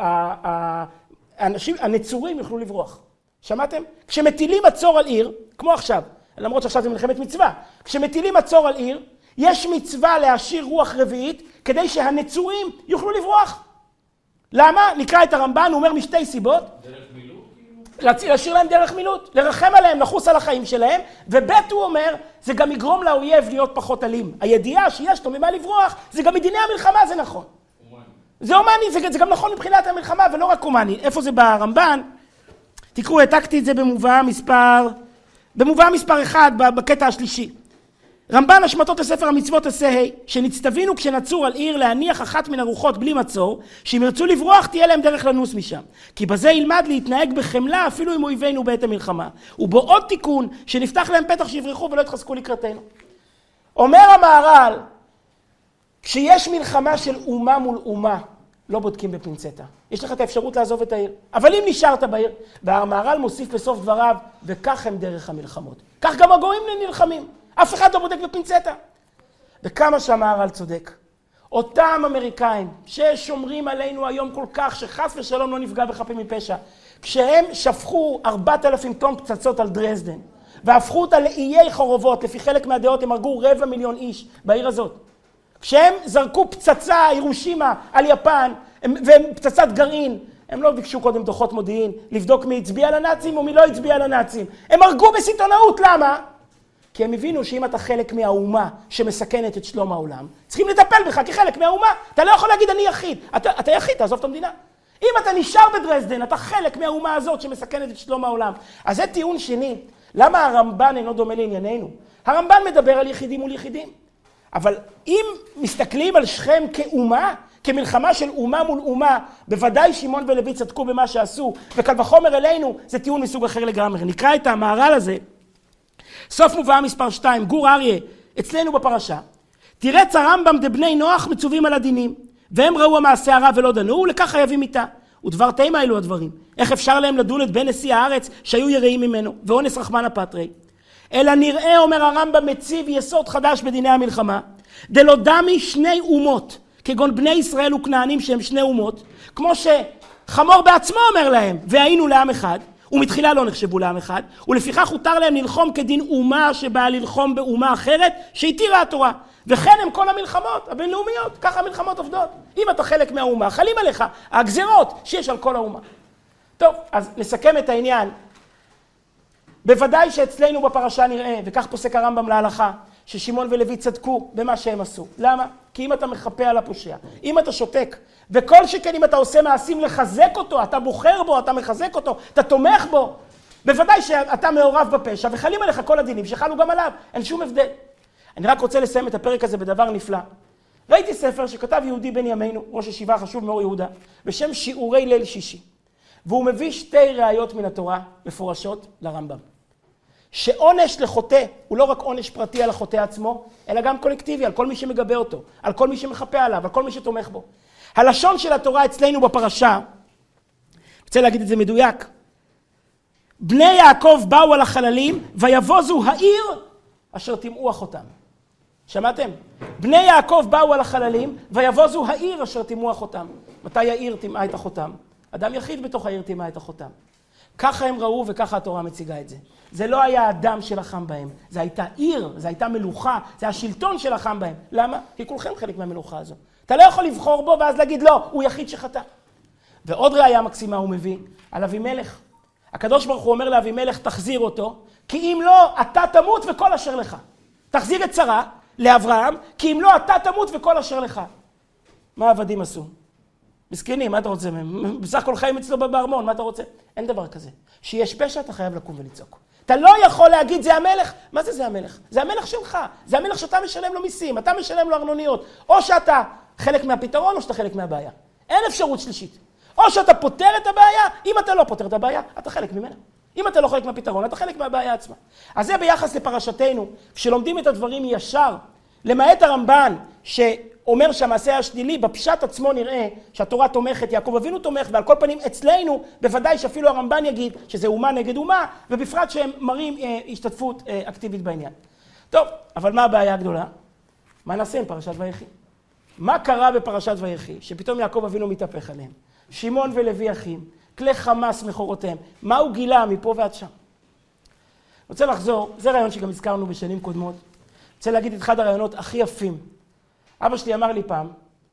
Speaker 1: שהנצורים יוכלו לברוח. שמעתם? כשמטילים מצור על עיר, כמו עכשיו, למרות שעכשיו זה מלחמת מצווה, כשמטילים מצור על עיר, יש מצווה להשאיר רוח רביעית כדי שהנצורים יוכלו לברוח. למה? נקרא את הרמב"ן, הוא אומר משתי סיבות.
Speaker 2: דרך מילוט?
Speaker 1: להשאיר להם דרך מילוט, לרחם עליהם, לחוס על החיים שלהם, ובית הוא אומר, זה גם יגרום לאויב להיות פחות אלים. הידיעה שיש לו ממה לברוח, זה גם מדיני המלחמה, זה נכון.
Speaker 2: אומני.
Speaker 1: זה אומני, זה גם נכון מבחינת המלחמה, ולא רק אומני. איפה זה ברמב"ן? תקראו, העתקתי את זה במובא מספר 1, בקטע השלישי. רמב"ן השמטות לספר המצוות עשה שנצטווינו כשנצור על עיר להניח אחת מן הרוחות בלי מצור, שאם ירצו לברוח תהיה להם דרך לנוס משם. כי בזה ילמד להתנהג בחמלה אפילו עם אויבינו בעת המלחמה. ובו עוד תיקון שנפתח להם פתח שיברחו ולא יתחזקו לקראתנו. אומר המהר"ל, כשיש מלחמה של אומה מול אומה, לא בודקים בפינצטה. יש לך את האפשרות לעזוב את העיר. אבל אם נשארת בעיר, והמהר"ל מוסיף בסוף דבריו, וכך הם דרך המלחמות. כך גם הגויים נלחמים. אף אחד לא בודק בפינצטה. וכמה שהמהר"ל צודק. אותם אמריקאים ששומרים עלינו היום כל כך, שחס ושלום לא נפגע בחפים מפשע, כשהם שפכו 4,000 טון פצצות על דרזדן, והפכו אותה לאיי חורבות, לפי חלק מהדעות הם הרגו 250,000 איש בעיר הזאת. כשהם זרקו פצצה, הירושימה, על יפן, ופצצת גרעין, הם לא ביקשו קודם דוחות מודיעין, לבדוק מי הצביע לנאצים או מי לא הצביע לנאצים. הם הרגו בסיטונאות, למה? כי הם הבינו שאם אתה חלק מהאומה שמסכנת את שלום העולם, צריכים לטפל בך כחלק מהאומה. אתה לא יכול להגיד אני יחיד. אתה יחיד, תעזוב את המדינה. אם אתה נשאר בדרזדן, אתה חלק מהאומה הזאת שמסכנת את שלום העולם. אז זה טיעון שני. למה הרמב"ן אינו דומה לענייננו? הרמב"ן מדבר על יחידים מול יחידים. אבל אם מסתכלים על שכם כאומה, כמלחמה של אומה מול אומה, בוודאי שמעון ולוי צדקו במה שעשו, וקל וחומר אלינו, זה טיעון מסוג אחר לגמרי. נקרא את המהר"ל הזה. סוף מובאה מספר 2, גור אריה, אצלנו בפרשה. תירץ הרמב"ם דבני נוח מצווים על הדינים, והם ראו המעשה הרע ולא דנו, לכך חייבים איתה. ודבר תימה אלו הדברים. איך אפשר להם לדון את בן נשיא הארץ שהיו יראים ממנו, ואונס רחמנא פטרי? אלא נראה, אומר הרמב"ם, מציב יסוד חדש בדיני המלחמה, דלא דמי שני אומות, כגון בני ישראל וכנענים שהם שני אומות, כמו שחמור בעצמו אומר להם, והיינו לעם אחד, ומתחילה לא נחשבו לעם אחד, ולפיכך הותר להם ללחום כדין אומה שבאה ללחום באומה אחרת שהתירה התורה. וכן הם כל המלחמות הבינלאומיות, ככה המלחמות עובדות. אם אתה חלק מהאומה, חלים עליך הגזירות שיש על כל האומה. טוב, אז נסכם את העניין. בוודאי שאצלנו בפרשה נראה, וכך פוסק הרמב"ם להלכה, ששמעון ולוי צדקו במה שהם עשו. למה? כי אם אתה מחפה על הפושע, אם אתה שותק, וכל שכן אם אתה עושה מעשים לחזק אותו, אתה בוחר בו, אתה מחזק אותו, אתה תומך בו, בוודאי שאתה מעורב בפשע, וחלים עליך כל הדינים שחלו גם עליו, אין שום הבדל. אני רק רוצה לסיים את הפרק הזה בדבר נפלא. ראיתי ספר שכתב יהודי בן ימינו, ראש ישיבה חשוב מאור יהודה, בשם שיעורי ליל שישי, והוא מביא 2 ראיות מן התורה מפורשות לרמב"ם. שעונש לחוטא הוא לא רק עונש פרטי על החוטא עצמו, אלא גם קולקטיבי, על כל מי שמגבה אותו, על כל מי שמחפה עליו, על כל מי שתומך בו. הלשון של התורה אצלנו בפרשה, רוצה להגיד את זה מדויק, בני יעקב באו על החללים ויבוזו העיר אשר טימאו אחותם. שמעתם? בני יעקב באו על החללים ויבוזו העיר אשר טימאו אחותם. מתי העיר טימאה את אחותם? אדם יחיד בתוך העיר טימאה את אחותם. ככה הם ראו וככה התורה מציגה את זה. זה לא היה אדם שלחם בהם, זה הייתה עיר, זה הייתה מלוכה, זה השלטון שלחם בהם. למה? כי כולכם חלק מהמלוכה הזו. אתה לא יכול לבחור בו ואז להגיד לא, הוא יחיד שחטא. ועוד ראיה מקסימה הוא מביא על אבימלך. הקדוש ברוך הוא אומר לאבימלך תחזיר אותו, כי אם לא אתה תמות וכל אשר לך. תחזיר את שרה לאברהם, כי אם לא אתה תמות וכל אשר לך. מה העבדים עשו? מסכנים, מה אתה רוצה מהם? בסך הכל חיים אצלו בארמון, מה אתה רוצה? אין דבר כזה. שיש פשע, אתה חייב לקום ולצעוק. אתה לא יכול להגיד, זה המלך. מה זה המלך? זה המלך שלך. זה המלך שאתה משלם לו מיסים, אתה משלם לו ארנוניות. או שאתה חלק מהפתרון, או שאתה חלק מהבעיה. אין אפשרות שלישית. או שאתה פותר את הבעיה, אם אתה לא פותר את הבעיה, אתה חלק ממנה. אם אתה לא חלק מהפתרון, אתה חלק מהבעיה עצמה. אז זה ביחס לפרשתנו, כשלומדים את הדברים ישר, למעט הרמב"ן, אומר שהמעשה השלילי, בפשט עצמו נראה שהתורה תומכת, יעקב אבינו תומך, ועל כל פנים אצלנו, בוודאי שאפילו הרמב"ן יגיד שזה אומה נגד אומה, ובפרט שהם מראים השתתפות אקטיבית בעניין. טוב, אבל מה הבעיה הגדולה? מה נעשה עם פרשת ויחי? מה קרה בפרשת ויחי? שפתאום יעקב אבינו מתהפך עליהם. שמעון ולוי אחים, כלי חמאס מחורותיהם. מה הוא גילה מפה ועד שם? רוצה לחזור, זה רעיון שגם הזכרנו בשנים קודמות. רוצה להגיד את אחד הרעיונות הכי יפים. אבא שלי אמר לי פעם,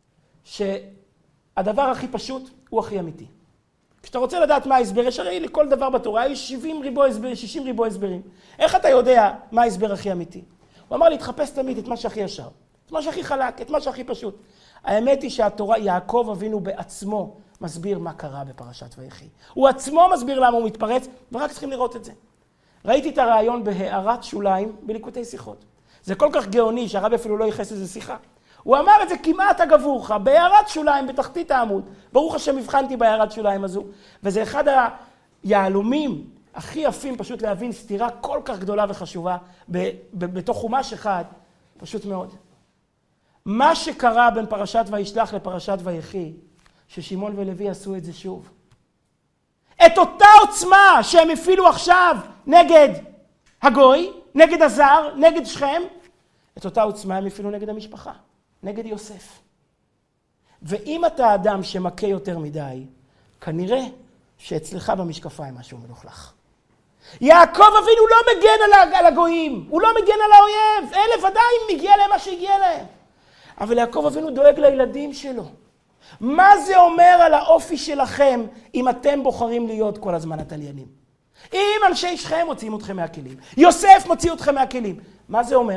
Speaker 1: שהדבר הכי פשוט הוא הכי אמיתי. כשאתה רוצה לדעת מה ההסבר, יש הרי לכל דבר בתורה, יש 60 ריבוע הסברים. איך אתה יודע מה ההסבר הכי אמיתי? הוא אמר לי, תחפש תמיד את מה שהכי ישר, את מה שהכי חלק, את מה שהכי פשוט. האמת היא שהתורה, יעקב אבינו בעצמו מסביר מה קרה בפרשת ויחי. הוא עצמו מסביר למה הוא מתפרץ, ורק צריכים לראות את זה. ראיתי את הרעיון בהערת שוליים בליקוטי שיחות. זה כל כך גאוני שהרב אפילו לא ייחס לזה שיחה. הוא אמר את זה כמעט אגבורך, בהערת שוליים, בתחתית העמוד. ברוך השם הבחנתי בהערת שוליים הזו. וזה אחד היהלומים הכי יפים פשוט להבין סתירה כל כך גדולה וחשובה בתוך חומש אחד, פשוט מאוד. מה שקרה בין פרשת וישלח לפרשת ויחי, ששמעון ולוי עשו את זה שוב. את אותה עוצמה שהם הפעילו עכשיו נגד הגוי, נגד הזר, נגד שכם, את אותה עוצמה הם הפעילו נגד המשפחה, נגד יוסף. ואם אתה אדם שמכה יותר מדי, כנראה שאצלך במשקפיים משהו מלוכלך. יעקב אבינו לא מגן על הגויים, הוא לא מגן על האויב, אלה ודאי מגיע להם מה שהגיע להם. אבל יעקב אבינו דואג לילדים שלו. מה זה אומר על האופי שלכם אם אתם בוחרים להיות כל הזמן התליינים? אם אנשי שכם מוציאים אתכם מהכלים, יוסף מוציא אתכם מהכלים, מה זה אומר?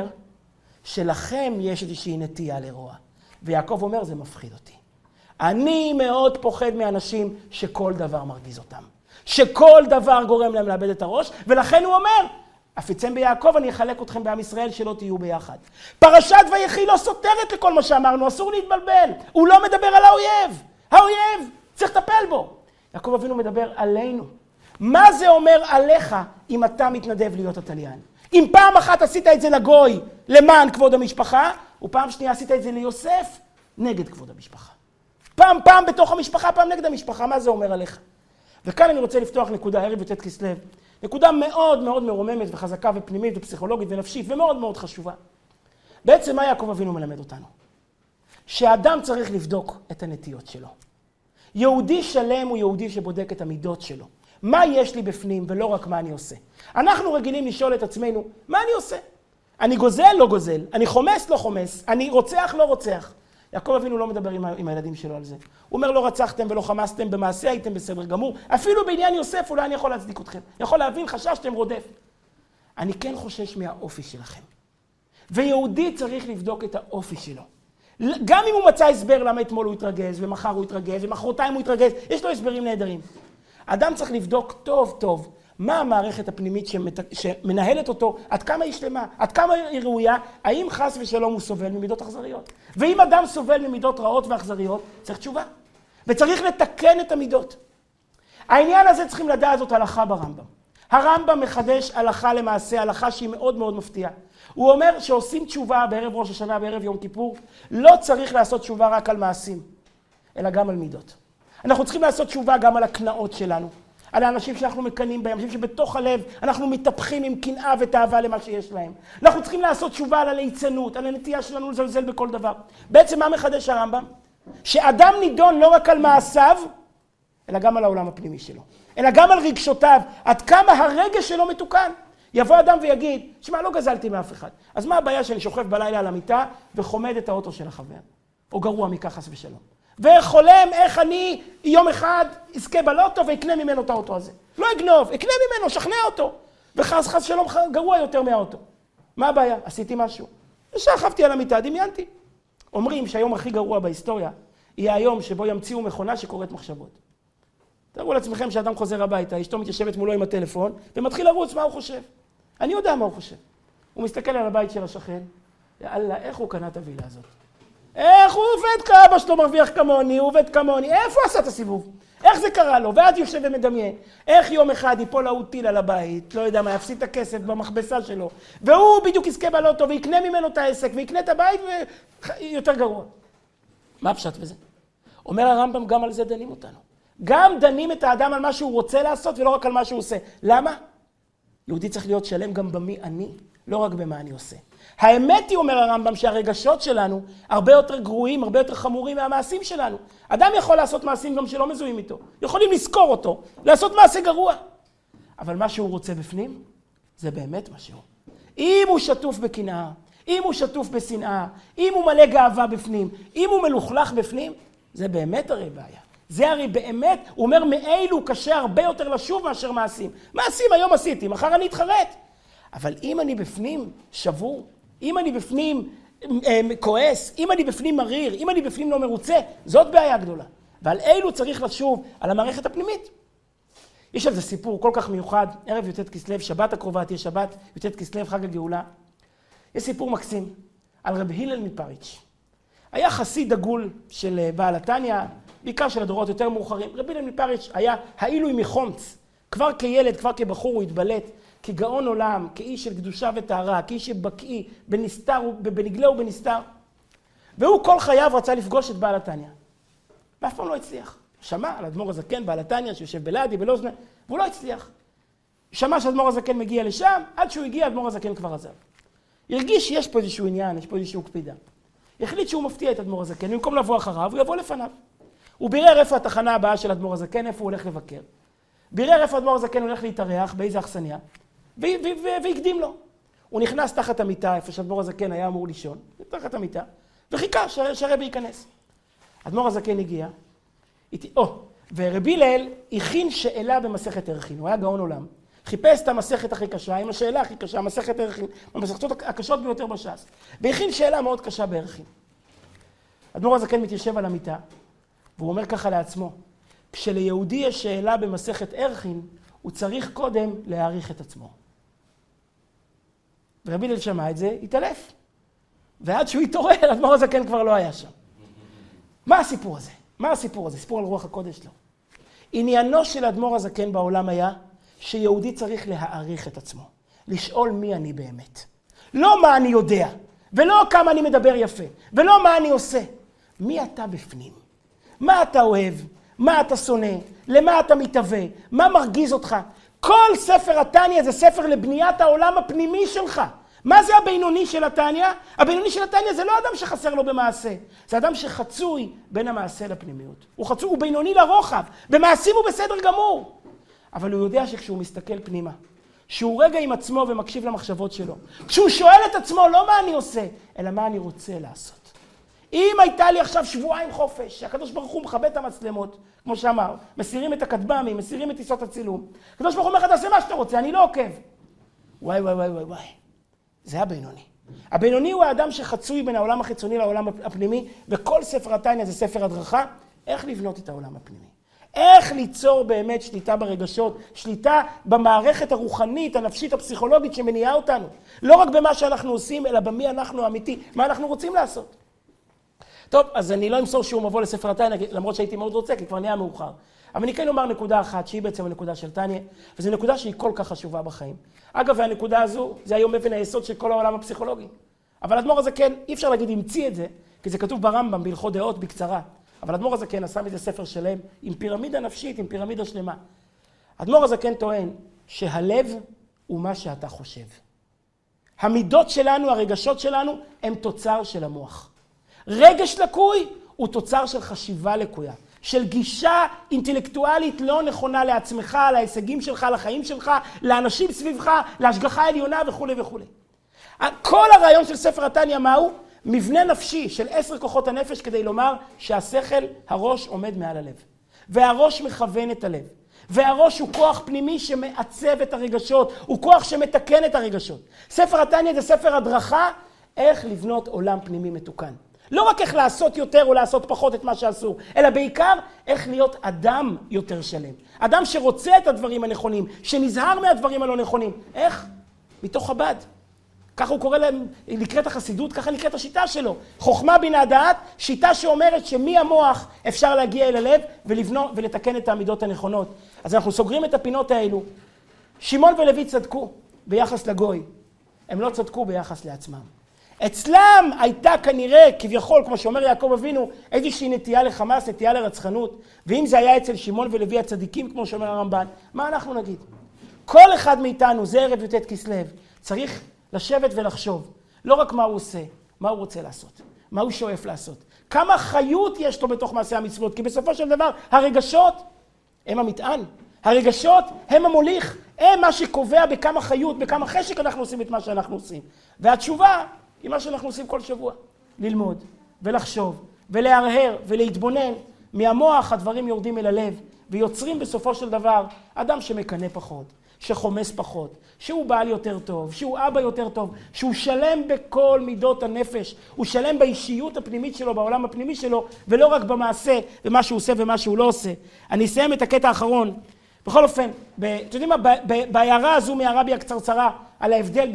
Speaker 1: שלכם יש איזושהי נטייה לרוע. ויעקב אומר, זה מפחיד אותי. אני מאוד פוחד מאנשים שכל דבר מרגיז אותם. שכל דבר גורם להם לאבד את הראש, ולכן הוא אומר, אפיצם ביעקב, אני אחלק אתכם בעם ישראל שלא תהיו ביחד. פרשת ויחי לא סותרת לכל מה שאמרנו, אסור להתבלבל. הוא לא מדבר על האויב. האויב, צריך לטפל בו. יעקב אבינו מדבר עלינו. מה זה אומר עליך אם אתה מתנדב להיות התליין? אם פעם אחת עשית את זה לגוי למען כבוד המשפחה, ופעם שנייה עשית את זה ליוסף נגד כבוד המשפחה. פעם בתוך המשפחה, פעם נגד המשפחה, מה זה אומר עליך? וכאן אני רוצה לפתוח נקודה, ערב י"ט כסלו, נקודה מאוד מאוד מרוממת וחזקה ופנימית ופסיכולוגית ונפשית ומאוד מאוד חשובה. בעצם מה יעקב אבינו מלמד אותנו? שהאדם צריך לבדוק את הנטיות שלו. יהודי שלם הוא יהודי שבודק את המידות שלו. מה יש לי בפנים ולא רק מה אני עושה. אנחנו רגילים לשאול את עצמנו, מה אני עושה? אני גוזל, לא גוזל. אני חומס, לא חומס. אני רוצח, לא רוצח. יעקב אבינו לא מדבר עם הילדים שלו על זה. הוא אומר, לא רצחתם ולא חמסתם, במעשה הייתם בסדר גמור. אפילו בעניין יוסף אולי אני יכול להצדיק אתכם. יכול להבין, חששתם רודף. אני כן חושש מהאופי שלכם. ויהודי צריך לבדוק את האופי שלו. גם אם הוא מצא הסבר למה אתמול הוא התרגז, ומחר הוא התרגז, ומחרתיים הוא התרגז, יש לו הסברים נהדרים. אדם צריך לבדוק טוב טוב מה המערכת הפנימית שמנהלת אותו, עד כמה היא שלמה, עד כמה היא ראויה, האם חס ושלום הוא סובל ממידות אכזריות. ואם אדם סובל ממידות רעות ואכזריות, צריך תשובה. וצריך לתקן את המידות. העניין הזה צריכים לדעת זאת הלכה ברמב"ם. הרמב"ם מחדש הלכה למעשה, הלכה שהיא מאוד מאוד מפתיעה. הוא אומר שעושים תשובה בערב ראש השנה, בערב יום כיפור, לא צריך לעשות תשובה רק על מעשים, אלא גם על מידות. אנחנו צריכים לעשות תשובה גם על הקנאות שלנו, על האנשים שאנחנו מקנים בהם, אנשים שבתוך הלב אנחנו מתהפכים עם קנאה ותאווה למה שיש להם. אנחנו צריכים לעשות תשובה על הליצנות, על הנטייה שלנו לזלזל בכל דבר. בעצם מה מחדש הרמב"ם? שאדם נידון לא רק על מעשיו, אלא גם על העולם הפנימי שלו. אלא גם על רגשותיו, עד כמה הרגש שלו מתוקן. יבוא אדם ויגיד, שמע, לא גזלתי מאף אחד. אז מה הבעיה שאני שוכב בלילה על המיטה וחומד את האוטו של החבר? או גרוע מכך חס ושלום. וחולם איך אני יום אחד אזכה בלוטו ויקנה ממנו את האוטו הזה. לא אגנוב, אקנה ממנו, שכנע אותו. וחס שלום גרוע יותר מהאוטו. מה הבעיה? עשיתי משהו. ושכבתי על המיטה, דמיינתי. אומרים שהיום הכי גרוע בהיסטוריה יהיה היום שבו ימציאו מכונה שקוראת מחשבות. תראו לעצמכם שאדם חוזר הביתה, אשתו מתיישבת מולו עם הטלפון ומתחיל לרוץ מה הוא חושב. אני יודע מה הוא חושב. הוא מסתכל על הבית של השכן, יאללה, איך הוא קנה את הווילה הזאת? איך הוא עובד כאבא שלו מרוויח כמוני, הוא עובד כמוני, איפה עשה את הסיבוב? איך זה קרה לו? ואז יושב ומדמיין. איך יום אחד ייפול להוא טיל על הבית, לא יודע מה, יפסיד את הכסף במכבסה שלו, והוא בדיוק יזכה בלוטו ויקנה ממנו את העסק ויקנה את הבית ויותר גרוע. מה הפשט בזה? אומר הרמב"ם, גם על זה דנים אותנו. גם דנים את האדם על מה שהוא רוצה לעשות ולא רק על מה שהוא עושה. למה? יהודי צריך להיות שלם גם במי אני, לא רק במה אני עושה. האמת היא, אומר הרמב"ם, שהרגשות שלנו הרבה יותר גרועים, הרבה יותר חמורים מהמעשים שלנו. אדם יכול לעשות מעשים גם שלא מזוהים איתו. יכולים לזכור אותו, לעשות מעשה גרוע. אבל מה שהוא רוצה בפנים, זה באמת מה שהוא. אם הוא שטוף בקנאה, אם הוא שטוף בשנאה, אם הוא מלא גאווה בפנים, אם הוא מלוכלך בפנים, זה באמת הרי בעיה. זה הרי באמת, הוא אומר, מאלו קשה הרבה יותר לשוב מאשר מעשים. מעשים היום עשיתי, מחר אני אתחרט. אבל אם אני בפנים שבור, אם אני בפנים כועס, אם אני בפנים מריר, אם אני בפנים לא מרוצה, זאת בעיה גדולה. ועל אילו צריך לשוב על המערכת הפנימית. יש על זה סיפור כל כך מיוחד, ערב י"ט כסלו, שבת הקרובה תהיה שבת, י"ט כסלו, חג הגאולה. יש סיפור מקסים על רב הלל מפריץ'. היה חסיד דגול של בעל התניא, בעיקר של הדורות יותר מאוחרים. רב הלל מפריץ' היה העילוי מחומץ. כבר כילד, כבר כבחור הוא התבלט, כגאון עולם, כאיש של קדושה וטהרה, כאיש שבקיא בנסתר, בנגלה ובנסתר. והוא כל חייו רצה לפגוש את בעל התניא. ואף פעם לא הצליח. שמע על אדמו"ר הזקן, בעל התניא, שיושב בלעדי, בלוזנה, והוא לא הצליח. שמע שאדמו"ר הזקן מגיע לשם, עד שהוא הגיע, אדמו"ר הזקן כבר עזב. הרגיש שיש פה איזשהו עניין, יש פה איזשהו קפידה. החליט שהוא מפתיע את אדמו"ר הזקן, במקום לבוא אחריו, הוא יבוא לפניו. הוא בירר איפה התחנה הבאה של אדמו"ר הזקן, איפה הוא הולך לבקר. בירר איפה אדמו"ר הזקן הולך להתארח, באיזה אכסניה, והקדים לו. הוא נכנס תחת המיטה, איפה שאדמו"ר הזקן היה אמור לישון, תחת המיטה, וחיכה שהרבי ייכנס. אדמו"ר הזקן הגיע, ורבי הלל הכין שאלה במסכת ערכין, הוא היה גאון עולם. חיפש את המסכת הכי קשה, עם השאלה הכי קשה, מסכת ערכין, המסכתות הקשות ביותר בש"ס. והכין שאלה מאוד קשה בערכין. אדמו"ר הזקן מתיישב על המיטה, והוא אומר ככה לעצמו, כשליהודי יש שאלה במסכת ערכין, הוא צריך קודם להעריך את עצמו. ורבי הלל שמע את זה, התעלף. ועד שהוא התעורר, אדמו"ר הזקן כבר לא היה שם. מה הסיפור הזה? מה הסיפור הזה? סיפור על רוח הקודש לו. עניינו של אדמו"ר הזקן בעולם היה שיהודי צריך להעריך את עצמו, לשאול מי אני באמת. לא מה אני יודע, ולא כמה אני מדבר יפה, ולא מה אני עושה. מי אתה בפנים? מה אתה אוהב? מה אתה שונא? למה אתה מתהווה? מה מרגיז אותך? כל ספר התניא זה ספר לבניית העולם הפנימי שלך. מה זה הבינוני של התניא? הבינוני של התניא זה לא אדם שחסר לו במעשה. זה אדם שחצוי בין המעשה לפנימיות. הוא בינוני לרוחב. במעשים הוא בסדר גמור. אבל הוא יודע שכשהוא מסתכל פנימה, שהוא רגע עם עצמו ומקשיב למחשבות שלו, כשהוא שואל את עצמו לא מה אני עושה, אלא מה אני רוצה לעשות. אם הייתה לי עכשיו שבועיים חופש, שהקדוש ברוך הוא מכבה את המצלמות, כמו שאמר, מסירים את הכטב"מים, מסירים את טיסות הצילום, הקדוש ברוך הוא אומר לך, תעשה מה שאתה רוצה, אני לא עוקב. וואי, וואי, וואי, וואי, וואי. זה הבינוני. הבינוני הוא האדם שחצוי בין העולם החיצוני לעולם הפנימי, וכל ספר התניא זה ספר הדרכה, איך לבנות את העולם הפנימי. איך ליצור באמת שליטה ברגשות, שליטה במערכת הרוחנית, הנפשית, הפסיכולוגית שמניעה אותנו. לא רק במה שאנחנו עושים, אלא במי אנחנו האמיתי, מה אנחנו רוצים לעשות. טוב, אז אני לא אמסור שהוא מבוא לספר התניא, למרות שהייתי מאוד רוצה, כי כבר נהיה מאוחר. אבל אני כן אומר נקודה אחת, שהיא בעצם הנקודה של תניא, וזו נקודה שהיא כל כך חשובה בחיים. אגב, והנקודה הזו, זה היום אבן היסוד של כל העולם הפסיכולוגי. אבל אדמו"ר הזקן, אי אפשר להגיד המציא את זה, כי זה כתוב ברמב"ם, בהלכות דעות, בקצרה. אבל אדמו"ר הזקן עשה מזה ספר שלם, עם פירמידה נפשית, עם פירמידה שלמה. אדמו"ר הזקן טוען שהלב הוא מה שאתה חושב. המידות שלנו, הרגשות שלנו, הם תוצר של המוח. רגש לקוי הוא תוצר של חשיבה לקויה, של גישה אינטלקטואלית לא נכונה לעצמך, להישגים שלך, לחיים שלך, לאנשים סביבך, להשגחה עליונה וכו' וכו'. כל הרעיון של ספר התניא מהו? מבנה נפשי של 10 כוחות הנפש כדי לומר שהשכל, הראש עומד מעל הלב. והראש מכוון את הלב. והראש הוא כוח פנימי שמעצב את הרגשות, הוא כוח שמתקן את הרגשות. ספר התניא זה ספר הדרכה, איך לבנות עולם פנימי מתוקן. לא רק איך לעשות יותר או לעשות פחות את מה שאסור, אלא בעיקר איך להיות אדם יותר שלם. אדם שרוצה את הדברים הנכונים, שנזהר מהדברים הלא נכונים. איך? מתוך חב"ד. ככה הוא קורא להם, לקראת החסידות, ככה נקראת השיטה שלו. חוכמה בינה דעת, שיטה שאומרת שמהמוח אפשר להגיע אל הלב ולבנות ולתקן את העמידות הנכונות. אז אנחנו סוגרים את הפינות האלו. שמעון ולוי צדקו ביחס לגוי. הם לא צדקו ביחס לעצמם. אצלם הייתה כנראה, כביכול, כמו שאומר יעקב אבינו, איזושהי נטייה לחמאס, נטייה לרצחנות. ואם זה היה אצל שמעון ולוי הצדיקים, כמו שאומר הרמב"ן, מה אנחנו נגיד? כל אחד מאיתנו, זה ערב י"ט כסלו, צריך לשבת ולחשוב, לא רק מה הוא עושה, מה הוא רוצה לעשות, מה הוא שואף לעשות. כמה חיות יש לו בתוך מעשה המצוות, כי בסופו של דבר הרגשות הם המטען. הרגשות הם המוליך, הם מה שקובע בכמה חיות, בכמה חשק אנחנו עושים את מה שאנחנו עושים. והתשובה היא מה שאנחנו עושים כל שבוע, ללמוד ולחשוב ולהרהר ולהתבונן. מהמוח הדברים יורדים אל הלב ויוצרים בסופו של דבר אדם שמקנא פחות, שחומס פחות, שהוא בעל יותר טוב, שהוא אבא יותר טוב, שהוא שלם בכל מידות הנפש, הוא שלם באישיות הפנימית שלו, בעולם הפנימי שלו, ולא רק במעשה ומה שהוא עושה ומה שהוא לא עושה. אני אסיים את הקטע האחרון. בכל אופן, אתם יודעים מה, בהערה הזו מהרבי הקצרצרה, על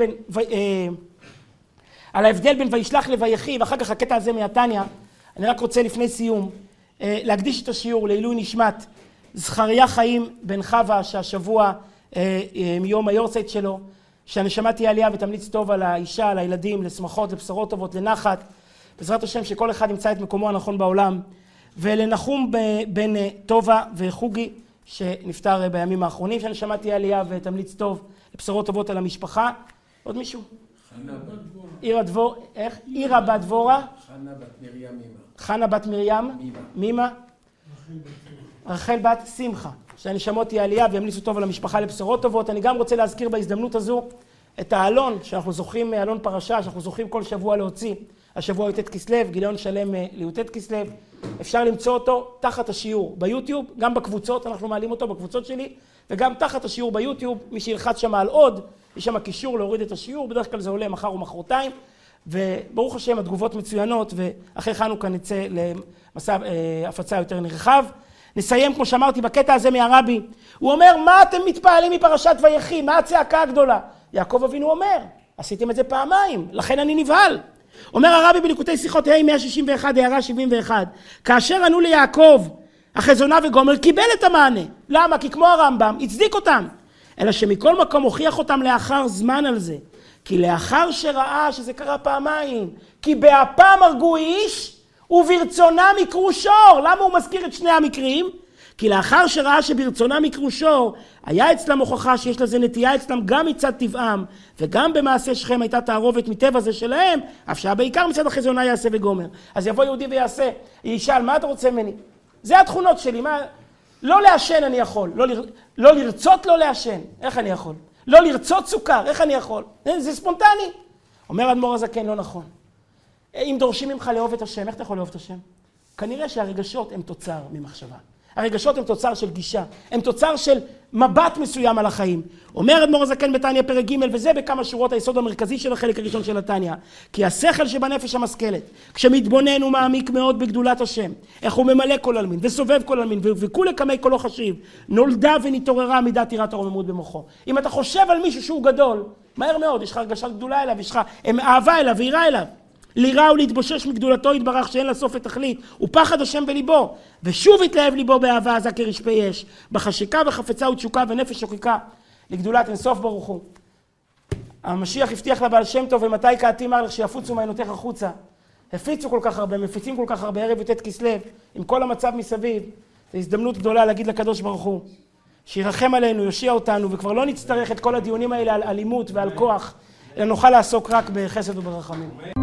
Speaker 1: ההבדל בין וישלח לויחי, ואחר כך הקטע הזה מהתניא, אני רק רוצה לפני סיום, להקדיש את השיעור לעילוי נשמת זכריה חיים בן חווה, שהשבוע מיום היורצייט שלו, שהנשמה תהיה עלייה ותמליץ טוב על האישה, על הילדים, לשמחות, לבשורות טובות, לנחת. בעזרת השם שכל אחד ימצא את מקומו הנכון בעולם. ולנחום בן טובה וחוגי, שנפטר בימים האחרונים, שהנשמה תהיה עלייה ותמליץ טוב, לבשורות טובות על המשפחה. עוד מישהו? עירה בת דבורה?
Speaker 2: חנה בת מרים מימה.
Speaker 1: חנה בת מרים? מימה? רחל בת שמחה. שהנשמות תהיה עלייה וימליצו טוב על המשפחה לבשורות טובות. אני גם רוצה להזכיר בהזדמנות הזו את האלון, שאנחנו זוכים, אלון פרשה, שאנחנו זוכים כל שבוע להוציא. השבוע י"ט כסלו, גיליון שלם לי"ט כסלו. אפשר למצוא אותו תחת השיעור ביוטיוב, גם בקבוצות, אנחנו מעלים אותו בקבוצות שלי, וגם תחת השיעור ביוטיוב, מי שילחץ שם על עוד, יש שם קישור להוריד את השיעור, בדרך כלל זה עולה מחר או מחרתיים, וברוך השם התגובות מצוינות, ואחרי חנוכה נצא למסע הפצה יותר נרחב. נסיים, כמו שאמרתי, בקטע הזה מהרבי. הוא אומר, מה אתם מתפעלים מפרשת ויחי? מה הצעקה הגדולה? יעקב אבינו אומר, עשיתם את זה פעמיים, לכן אני נבהל. אומר הרבי בליקוטי שיחות ה' 161, הערה 71, כאשר ענו ליעקב, החזונה וגומר, קיבל את המענה. למה? כי כמו הרמב"ם, הצדיק אותם. אלא שמכל מקום הוכיח אותם לאחר זמן על זה. כי לאחר שראה שזה קרה פעמיים, כי באפם הרגו איש, וברצונם יקרו שור. למה הוא מזכיר את שני המקרים? כי לאחר שראה שברצונם יקרו שור, היה אצלם הוכחה שיש לזה נטייה אצלם גם מצד טבעם, וגם במעשה שכם הייתה תערובת מטבע זה שלהם, אף שבעיקר מצד החזונה יעשה וגומר. אז יבוא יהודי ויעשה, ישאל, מה אתה רוצה ממני? זה התכונות שלי, מה? לא לעשן אני יכול, לא לרצות לא לעשן, איך אני יכול? לא לרצות סוכר, איך אני יכול? זה ספונטני. אומר אדמו"ר הזקן, לא נכון. אם דורשים ממך לאהוב את השם, איך אתה יכול לאהוב את השם? כנראה שהרגשות הם תוצר ממחשבה. הרגשות הם תוצר של גישה, הם תוצר של מבט מסוים על החיים. אומר אדמו"ר הזקן בתניא פרק ג', וזה בכמה שורות היסוד המרכזי של החלק הראשון של התניא, כי השכל שבנפש המשכלת, כשמתבונן ומעמיק מאוד בגדולת השם, איך הוא ממלא כל עלמין וסובב כל עלמין וכולי כמי קולו חשיב, נולדה ונתעוררה מידת יראת הרוממות במוחו. אם אתה חושב על מישהו שהוא גדול, מהר מאוד יש לך הרגשת גדולה אליו, יש לך אהבה אליו ויראה אליו. לירה ולהתבושש מגדולתו יתברך שאין לה סוף לתכלית, ופחד השם בליבו, ושוב התלהב ליבו באהבה עזה כרשפי אש, בחשיקה וחפצה ותשוקה ונפש שוקקה לגדולת אינסוף ברוך הוא. המשיח הבטיח לבעל שם טוב, ומתי קעתי מר לך שיפוצו מעיינותיך החוצה. הפיצו כל כך הרבה, מפיצים כל כך הרבה ערב י"ט כסלו, עם כל המצב מסביב. זו הזדמנות גדולה להגיד לקדוש ברוך הוא, שירחם עלינו, יושיע אותנו, וכבר לא נצטרך את כל הדיונים האלה על אלימות ועל כוח, אלא נוכל לעסוק רק בחסד וברחמים.